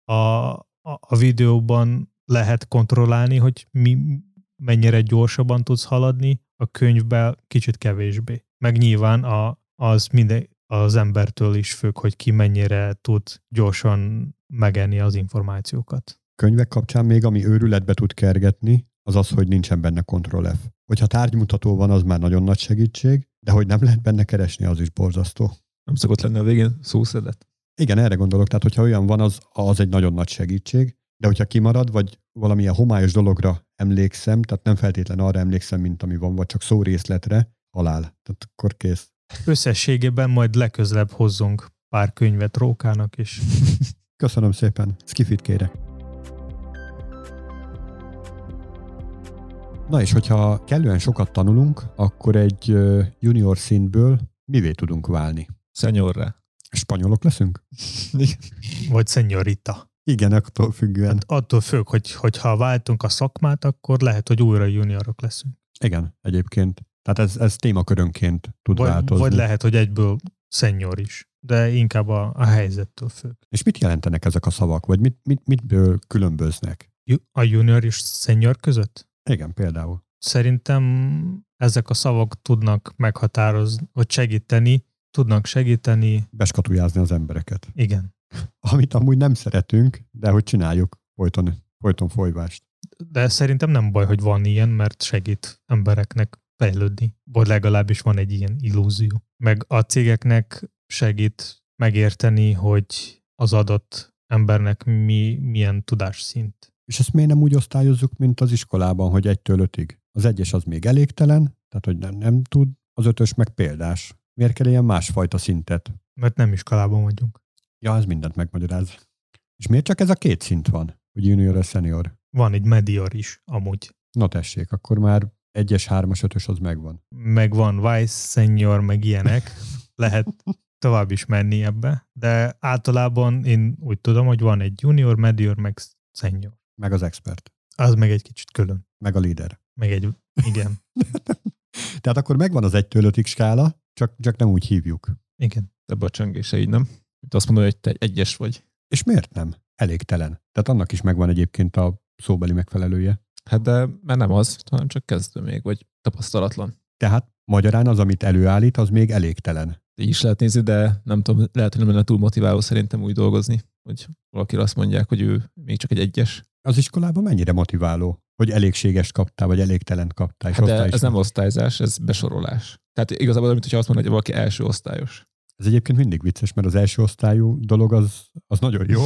a videóban lehet kontrollálni, hogy mennyire gyorsabban tudsz haladni, a könyvben kicsit kevésbé. Meg nyilván az embertől is függ, hogy ki mennyire tud gyorsan megenni az információkat.
Könyvek kapcsán még, ami őrületbe tud kergetni, az az, hogy nincsen benne Ctrl+F. Hogyha tárgymutató van, az már nagyon nagy segítség, De hogy nem lehet benne keresni, az is borzasztó.
Nem szokott lenni a végén szószedet?
Igen, erre gondolok, tehát hogyha olyan van, az egy nagyon nagy segítség, de hogyha kimarad, vagy valamilyen homályos dologra emlékszem, tehát nem feltétlen arra emlékszem, mint ami van, vagy csak szórészletre, halál. Tehát akkor kész.
Összességében majd legközelebb hozzunk pár könyvet Rókának is.
Köszönöm szépen. Skifit kérek. Na és hogyha kellően sokat tanulunk, akkor egy junior szintből mivé tudunk válni?
Szenyorra.
Spanyolok leszünk?
Vagy szenyorita.
Igen, attól függően.
Hát attól függ, hogyha váltunk a szakmát, akkor lehet, hogy újra juniorok leszünk.
Igen, egyébként. Tehát ez témakörönként tud változni.
Vagy lehet, hogy egyből szenyor is, de inkább a helyzettől függ.
És mit jelentenek ezek a szavak, vagy mitből különböznek?
A junior és szenyor között?
Igen, például.
Szerintem ezek a szavak tudnak meghatározni, vagy tudnak segíteni.
Beskatujázni az embereket.
Igen.
Amit amúgy nem szeretünk, de hogy csináljuk folyton folyvást.
De szerintem nem baj, hogy van ilyen, mert segít embereknek fejlődni. Vagy legalábbis van egy ilyen illúzió. Meg a cégeknek segít megérteni, hogy az adott embernek milyen tudásszint.
És ezt miért nem úgy osztályozzuk, mint az iskolában, hogy 1-től 5-ig? Az 1-es az még elégtelen, tehát hogy nem tud, az 5-ös meg példás. Miért kell ilyen másfajta szintet?
Mert nem iskolában vagyunk.
Ja, ez mindent megmagyaráz. És miért csak ez a 2 szint van, hogy junior és senior?
Van egy medior is, amúgy.
Na tessék, akkor már 1-es, 3-as, 5-ös az megvan.
Meg van vice, senior, meg ilyenek. Lehet tovább is menni ebbe, de általában én úgy tudom, hogy van egy junior, medior, meg senior.
Meg az expert.
Az meg egy kicsit külön.
Meg a líder.
Igen.
Tehát akkor megvan az 1-től 5-ig skála, csak nem úgy hívjuk.
Igen.
Ebbe a csengése így nem. Itt azt mondod, hogy te egy 1-es vagy.
És miért nem? Elégtelen. Tehát annak is megvan egyébként a szóbeli megfelelője.
Hát de mert nem az, hanem csak kezdő még, vagy tapasztalatlan.
Tehát magyarán az, amit előállít, az még elégtelen.
Így is lehet nézni, de nem tudom, lehet, hogy nem lenne túl motiváló szerintem úgy dolgozni, hogy valakire azt mondják, hogy ő még csak egy 1-es.
Az iskolában mennyire motiváló, hogy elégségest kaptál, vagy elégtelent kaptál?
Hát de ez nem osztályzás, ez besorolás. Tehát igazából, mint hogyha azt mondod, hogy valaki első osztályos.
Ez egyébként mindig vicces, mert az első osztályú dolog az nagyon jó,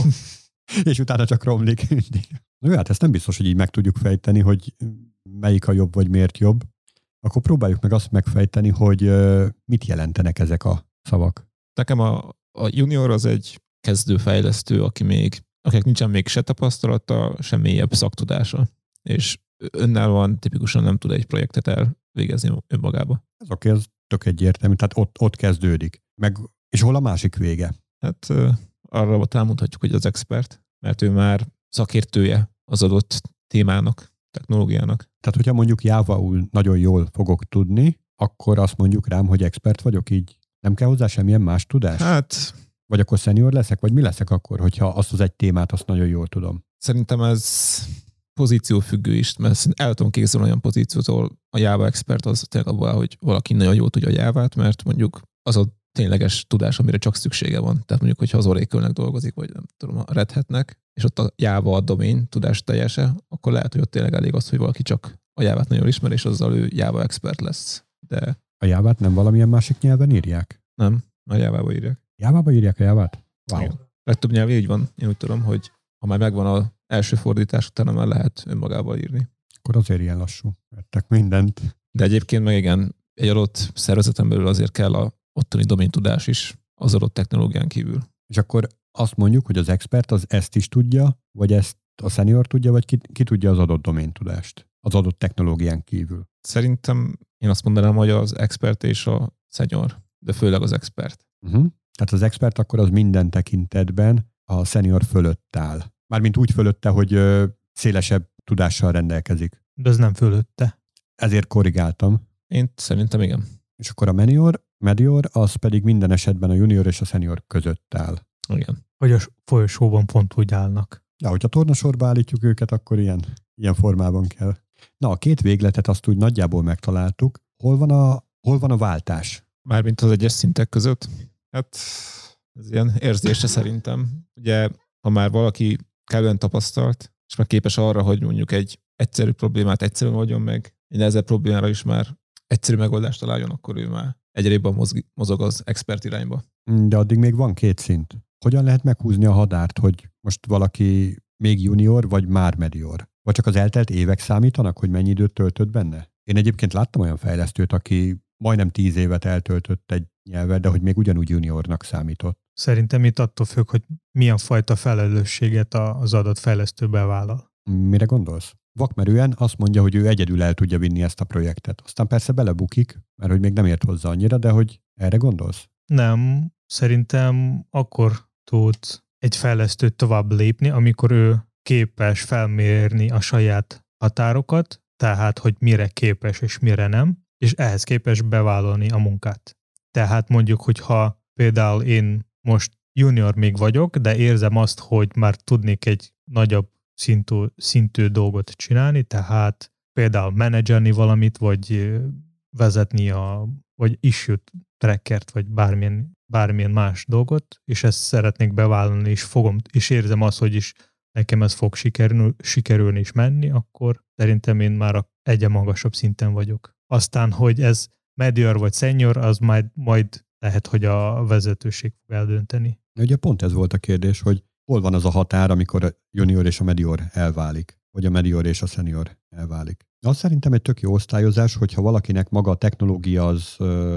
és utána csak romlik mindig. Na, hát ezt nem biztos, hogy így meg tudjuk fejteni, hogy melyik a jobb, vagy miért jobb. Akkor próbáljuk meg azt megfejteni, hogy mit jelentenek ezek a szavak.
Nekem a junior az egy kezdőfejlesztő, akinek nincsen még se tapasztalata, sem mélyebb szaktudása. És önállóan tipikusan nem tud egy projektet elvégezni önmagába.
Ez oké, ez tök egyértelmű, tehát ott kezdődik. És hol a másik vége?
Hát arra elmondhatjuk, hogy az expert, mert ő már szakértője az adott témának, technológiának.
Tehát, hogyha mondjuk Java-ul nagyon jól fogok tudni, akkor azt mondjuk rám, hogy expert vagyok, így nem kell hozzá semmilyen más tudás?
Hát...
Vagy akkor senior leszek, vagy mi leszek akkor, hogyha azt az egy témát azt nagyon jól tudom?
Szerintem ez pozíciófüggő is, mert el tudom készülni olyan pozíciótól a Java expert az tényleg abban, hogy valaki nagyon jól tudja a Java-t, mert mondjuk az a tényleges tudás, amire csak szüksége van. Tehát mondjuk, hogyha az Oracle-nek dolgozik, vagy nem tudom, a Red Hat-nek, és ott a Java a domain tudás teljese, akkor lehet, hogy ott tényleg elég az, hogy valaki csak a Java-t nagyon ismer, és azzal ő Java expert lesz. De
a Java-t nem valamilyen másik nyelven írják?
Nem, a Java-ba írják.
Java-ba írják a Java-t? Wow.
Igen. Legtöbb nyelv így van. Én úgy tudom, hogy ha már megvan az első fordítás, utána már lehet önmagával írni.
Akkor azért ilyen lassú. Vettek mindent.
De egyébként meg igen, egy adott szervezeten belül azért kell a ottani domain tudás is az adott technológián kívül.
És akkor azt mondjuk, hogy az expert az ezt is tudja, vagy ezt a senior tudja, vagy ki tudja az adott domain tudást az adott technológián kívül?
Szerintem én azt mondanám, hogy az expert és a senior, de főleg az expert.
Tehát az expert akkor az minden tekintetben a senior fölött áll. Mármint úgy fölötte, hogy szélesebb tudással rendelkezik.
De ez nem fölötte.
Ezért korrigáltam.
Én szerintem igen.
És akkor a medior, az pedig minden esetben a junior és a senior között áll.
Igen.
Hogy a folyosóban pont úgy állnak.
De hogyha tornasorba állítjuk őket, akkor ilyen formában kell. Na, a két végletet azt úgy nagyjából megtaláltuk. Hol van a váltás?
Mármint az egyes szintek között? Hát ez ilyen érzése szerintem. Ugye, ha már valaki kellően tapasztalt, és már képes arra, hogy mondjuk egy egyszerű problémát egyszerűen oldjon meg, egy nehezebb problémára is már egyszerű megoldást találjon, akkor ő már egyre jobban mozog az expert irányba.
De addig még van 2 szint. Hogyan lehet meghúzni a határt, hogy most valaki még junior, vagy már medior? Vagy csak az eltelt évek számítanak, hogy mennyi időt töltött benne? Én egyébként láttam olyan fejlesztőt, aki majdnem 10 évet eltöltött egy nyelvvel, de hogy még ugyanúgy juniornak számított.
Szerintem itt attól függ, hogy milyen fajta felelősséget az adott fejlesztő bevállal.
Mire gondolsz? Vakmerően azt mondja, hogy ő egyedül el tudja vinni ezt a projektet. Aztán persze belebukik, mert hogy még nem ért hozzá annyira, de hogy erre gondolsz?
Nem, szerintem akkor tud egy fejlesztő tovább lépni, amikor ő képes felmérni a saját határokat, tehát hogy mire képes és mire nem, és ehhez képes bevállalni a munkát. Tehát mondjuk, hogyha például én most junior még vagyok, de érzem azt, hogy már tudnék egy nagyobb szintű dolgot csinálni, tehát például menedzselni valamit, vagy vezetni vagy issue trackert, vagy bármilyen más dolgot, és ezt szeretnék bevállalni, és érzem azt, hogy is nekem ez fog sikerülni és menni, akkor szerintem én már egyen magasabb szinten vagyok. Aztán, hogy ez medior vagy senior, az majd lehet, hogy a vezetőség fog eldönteni.
Ugye pont ez volt a kérdés, hogy hol van az a határ, amikor a junior és a medior elválik, vagy a medior és a senior elválik. Azt szerintem egy tök jó osztályozás, hogyha valakinek maga a technológia az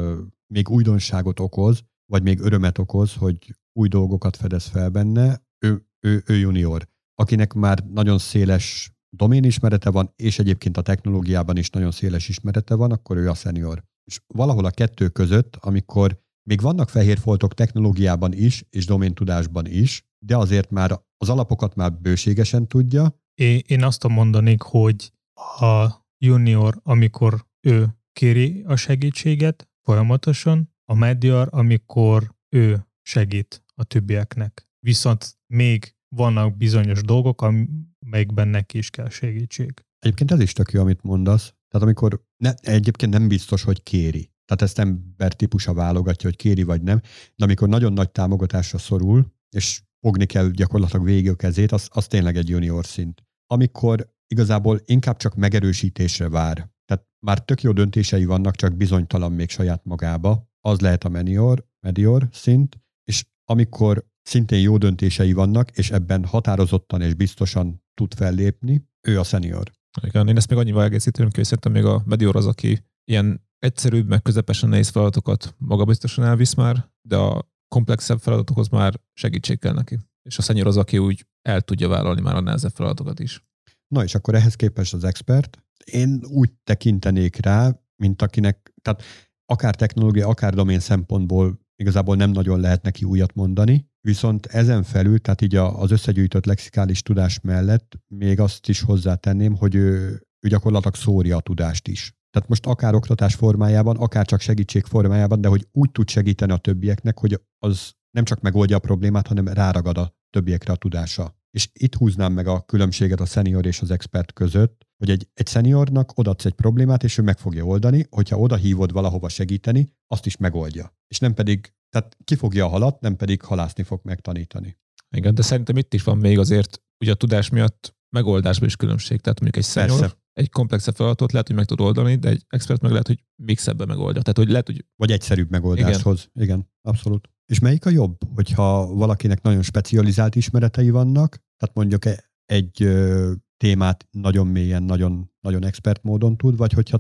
még újdonságot okoz, vagy még örömet okoz, hogy új dolgokat fedez fel benne, ő junior. Akinek már nagyon széles doménismerete van, és egyébként a technológiában is nagyon széles ismerete van, akkor ő a senior. És valahol a kettő között, amikor még vannak fehér foltok technológiában is, és doméntudásban is, de azért már az alapokat már bőségesen tudja.
Én azt mondanék, hogy a junior, amikor ő kéri a segítséget folyamatosan, a medior, amikor ő segít a többieknek. Viszont még vannak bizonyos dolgok, amelyekben neki is kell segítség.
Egyébként ez is tök jó, amit mondasz. Tehát amikor egyébként nem biztos, hogy kéri. Tehát ezt ember típusa válogatja, hogy kéri vagy nem, de amikor nagyon nagy támogatásra szorul, és fogni kell gyakorlatilag végig a kezét, az tényleg egy junior szint. Amikor igazából inkább csak megerősítésre vár. Tehát már tök jó döntései vannak, csak bizonytalan még saját magába, az lehet a medior szint, és amikor szintén jó döntései vannak, és ebben határozottan és biztosan tud fellépni, ő a senior.
Igen, én ezt még annyival egészítem, hogy szerintem még a medior az, aki ilyen egyszerűbb, meg közepesen nehéz feladatokat magabiztosan elvisz már, de a komplexebb feladatokhoz már segítség kell neki. És a senior az, aki úgy el tudja vállalni már a nehezebb feladatokat is.
Na és akkor ehhez képest az expert, én úgy tekintenék rá, mint akinek, tehát akár technológia, akár domén szempontból igazából nem nagyon lehet neki újat mondani, viszont ezen felül, tehát így az összegyűjtött lexikális tudás mellett még azt is hozzátenném, hogy ő gyakorlatilag szórja a tudást is. Tehát most akár oktatás formájában, akár csak segítség formájában, de hogy úgy tud segíteni a többieknek, hogy az nem csak megoldja a problémát, hanem ráragad a többiekre a tudása. És itt húznám meg a különbséget a senior és az expert között, hogy egy seniornak odaadsz egy problémát, és ő meg fogja oldani, hogyha oda hívod valahova segíteni, azt is megoldja. És nem pedig, tehát kifogja a halat, nem pedig halászni fog megtanítani.
Igen, de szerintem itt is van még azért, ugye a tudás miatt megoldásban is különbség. Tehát mondjuk egy senior egy komplexebb feladatot lehet, hogy meg tud oldani, de egy expert meg lehet, hogy még szebben megoldja. Tehát, hogy lehet, hogy...
Vagy egyszerűbb megoldáshoz. Igen, abszolút. És melyik a jobb, hogyha valakinek nagyon specializált ismeretei vannak, tehát mondjuk egy témát nagyon mélyen, nagyon, nagyon expert módon tud, vagy hogyha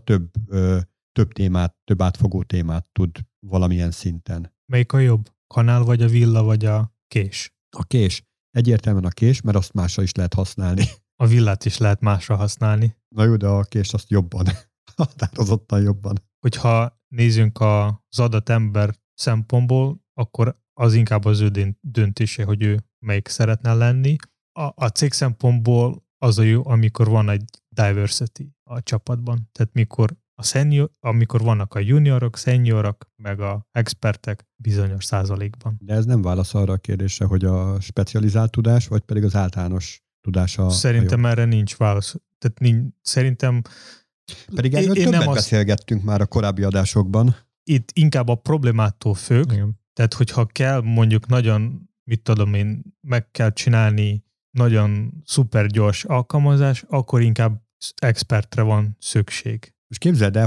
több témát, több átfogó témát tud valamilyen szinten.
Melyik a jobb? Kanál, vagy a villa, vagy a kés?
A kés. Egyértelműen a kés, mert azt másra is lehet használni.
A villát is lehet másra használni.
Na jó, de a kést azt jobban. Határozottan jobban.
Hogyha nézzünk az adatember szempontból, akkor az inkább az ő döntése, hogy ő melyik szeretne lenni. A cég szempontból az a jó, amikor van egy diversity a csapatban. Tehát amikor vannak a juniorok, seniorok, meg a expertek bizonyos százalékban.
De ez nem válasz arra a kérdésre, hogy a specializált tudás, vagy pedig az általános tudása.
Szerintem erre nincs válasz. Tehát szerintem...
Pedig erről többet beszélgettünk már a korábbi adásokban.
Itt inkább a problémától függ.
Igen.
Tehát, hogyha kell mondjuk nagyon, meg kell csinálni nagyon szuper gyors alkalmazás, akkor inkább expertre van szükség.
Most képzeld el, hogy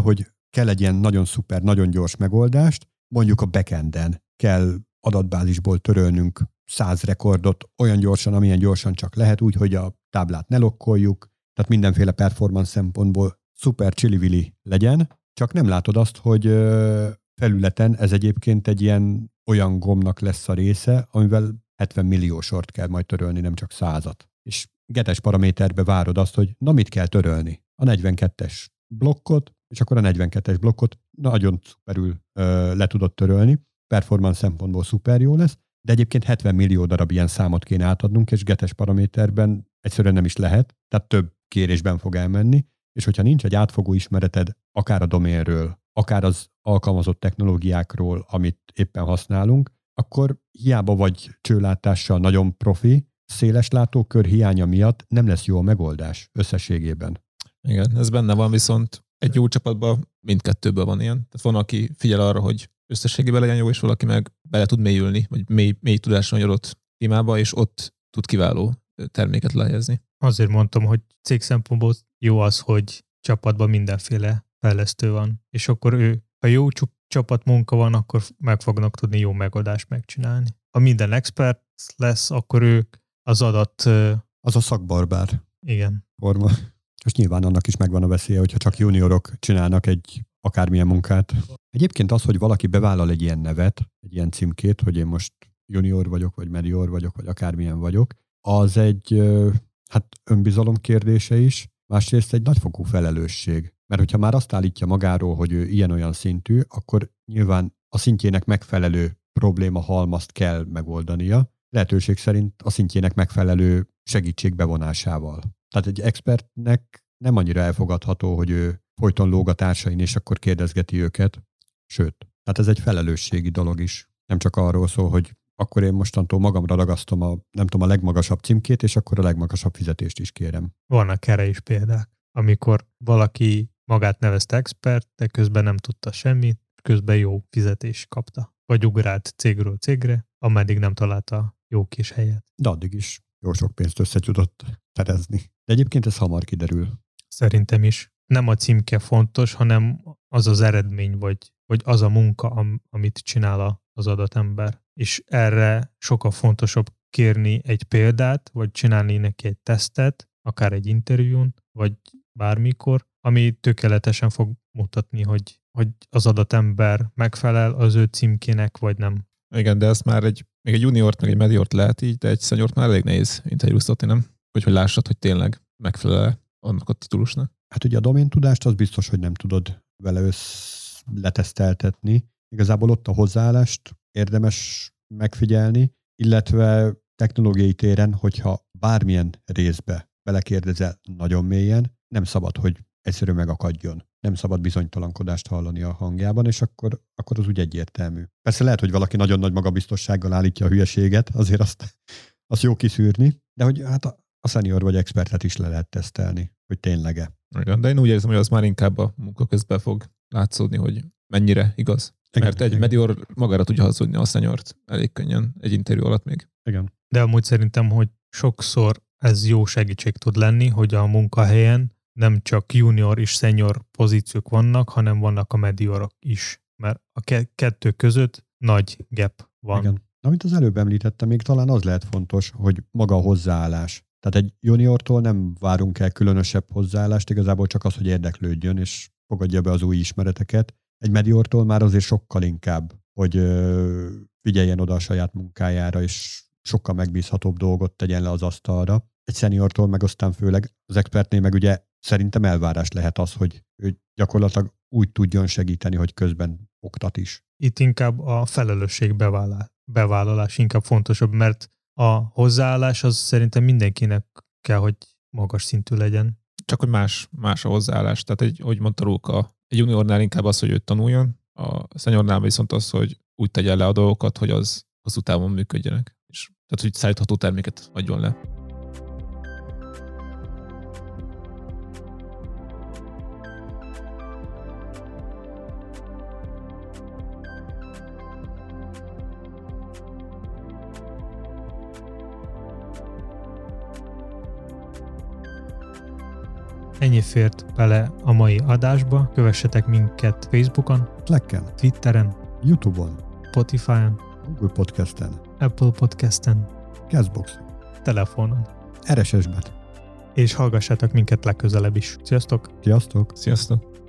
kell egy ilyen nagyon szuper, nagyon gyors megoldást, mondjuk a backenden kell adatbázisból törölnünk 100 rekordot olyan gyorsan, amilyen gyorsan csak lehet, úgy, hogy a táblát ne lokkoljuk, tehát mindenféle performance szempontból szuper csili-vili legyen, csak nem látod azt, hogy felületen ez egyébként egy ilyen olyan gombnak lesz a része, amivel 70 millió sort kell majd törölni, nem csak 100-at. És getes paraméterbe várod azt, hogy na mit kell törölni? A 42-es blokkot, és akkor a 42-es blokkot nagyon szuperül le tudod törölni, performance szempontból szuper jó lesz, de egyébként 70 millió darab ilyen számot kéne átadnunk, és getes paraméterben egyszerűen nem is lehet, tehát több kérésben fog elmenni, és hogyha nincs egy átfogó ismereted, akár a doménről, akár az alkalmazott technológiákról, amit éppen használunk, akkor hiába vagy csőlátással nagyon profi, széles látókör hiánya miatt nem lesz jó a megoldás összességében.
Igen, ez benne van, viszont egy jó csapatban mindkettőből van ilyen. Tehát van, aki figyel arra, hogy összességében legyen jó, és valaki meg bele tud mélyülni, vagy mély tudáson egy adott témába, és ott tud kiváló terméket lehelyezni.
Azért mondtam, hogy cég szempontból jó az, hogy csapatban mindenféle fejlesztő van, és akkor ha jó csapatmunka van, akkor meg fognak tudni jó megoldást megcsinálni. Ha minden expert lesz, akkor ők az adat...
Az a szakbarbár.
Igen.
Forma. És nyilván annak is megvan a veszélye, hogyha csak juniorok csinálnak egy akármilyen munkát. Egyébként az, hogy valaki bevállal egy ilyen nevet, egy ilyen címkét, hogy én most junior vagyok, vagy medior vagyok, vagy akármilyen vagyok, az egy önbizalom kérdése is, másrészt egy nagyfokú felelősség. Mert hogyha már azt állítja magáról, hogy ő ilyen-olyan szintű, akkor nyilván a szintjének megfelelő probléma halmazt kell megoldania, lehetőség szerint a szintjének megfelelő segítség bevonásával. Tehát egy expertnek nem annyira elfogadható, hogy ő folyton lóg a társain, és akkor kérdezgeti őket. Sőt, tehát ez egy felelősségi dolog is. Nem csak arról szól, hogy akkor én mostantól magamra ragasztom a legmagasabb címkét, és akkor a legmagasabb fizetést is kérem.
Vannak erre is példák, amikor valaki magát nevezte expert, de közben nem tudta semmit, közben jó fizetést kapta. Vagy ugrált cégről cégre, ameddig nem találta jó kis helyet.
De addig is jó sok pénzt össze tudott terezni. De egyébként ez hamar kiderül.
Szerintem is. Nem a címke fontos, hanem az az eredmény, vagy az a munka, amit csinál az adott ember. És erre sokkal fontosabb kérni egy példát, vagy csinálni neki egy tesztet, akár egy interjún, vagy bármikor, ami tökéletesen fog mutatni, hogy az adott ember megfelel az ő címkének, vagy nem.
Igen, de ezt már még egy juniort, meg egy mediort lehet így, de egy seniort már elég nehéz interjúztatni, nem? Hogy lássad, hogy tényleg megfelel annak a titulusnak.
Hát ugye a doméntudást az biztos, hogy nem tudod vele leteszteltetni. Igazából ott a hozzáállást érdemes megfigyelni, illetve technológiai téren, hogyha bármilyen részbe belekérdezel nagyon mélyen, nem szabad, hogy egyszerűen megakadjon. Nem szabad bizonytalankodást hallani a hangjában, és akkor az úgy egyértelmű. Persze lehet, hogy valaki nagyon nagy magabiztossággal állítja a hülyeséget, azért azt jó kiszűrni, de hogy hát a senior vagy expertet is le lehet tesztelni, hogy tényleg-e.
Igen, de én úgy érzem, hogy az már inkább a munka közben fog látszódni, hogy mennyire igaz. Mert egy medior magára tudja hazudni a seniort elég könnyen egy interjú alatt még.
Igen.
De amúgy szerintem, hogy sokszor ez jó segítség tud lenni, hogy a munkahelyen nem csak junior és senior pozíciók vannak, hanem vannak a mediorok is. Mert a kettő között nagy gap van.
Igen. Amit az előbb említettem, még talán az lehet fontos, hogy maga a hozzáállás. Tehát egy juniortól nem várunk el különösebb hozzáállást, igazából csak az, hogy érdeklődjön, és fogadja be az új ismereteket. Egy mediortól már azért sokkal inkább, hogy figyeljen oda a saját munkájára, és sokkal megbízhatóbb dolgot tegyen le az asztalra. Egy seniortól meg aztán főleg az expertnél meg ugye szerintem elvárás lehet az, hogy ő gyakorlatilag úgy tudjon segíteni, hogy közben oktat is.
Itt inkább a felelősség bevállalás inkább fontosabb, mert a hozzáállás az szerintem mindenkinek kell, hogy magas szintű legyen.
Csak hogy más a hozzáállás. Tehát, hogy mondta Róka, egy juniornál inkább az, hogy ő tanuljon, a seniornál viszont az, hogy úgy tegyen le a dolgokat, hogy az után működjenek. És, tehát, hogy szállítható terméket adjon le.
Ennyi fért bele a mai adásba. Kövessetek minket Facebookon,
Slacken,
Twitteren,
YouTube-on,
Spotify-on,
Google Podcasten,
Apple Podcasten,
Castboxon,
telefonon.
RSS-ben.
És hallgassátok minket legközelebb is. Sziasztok!
Sziasztok!
Sziasztok!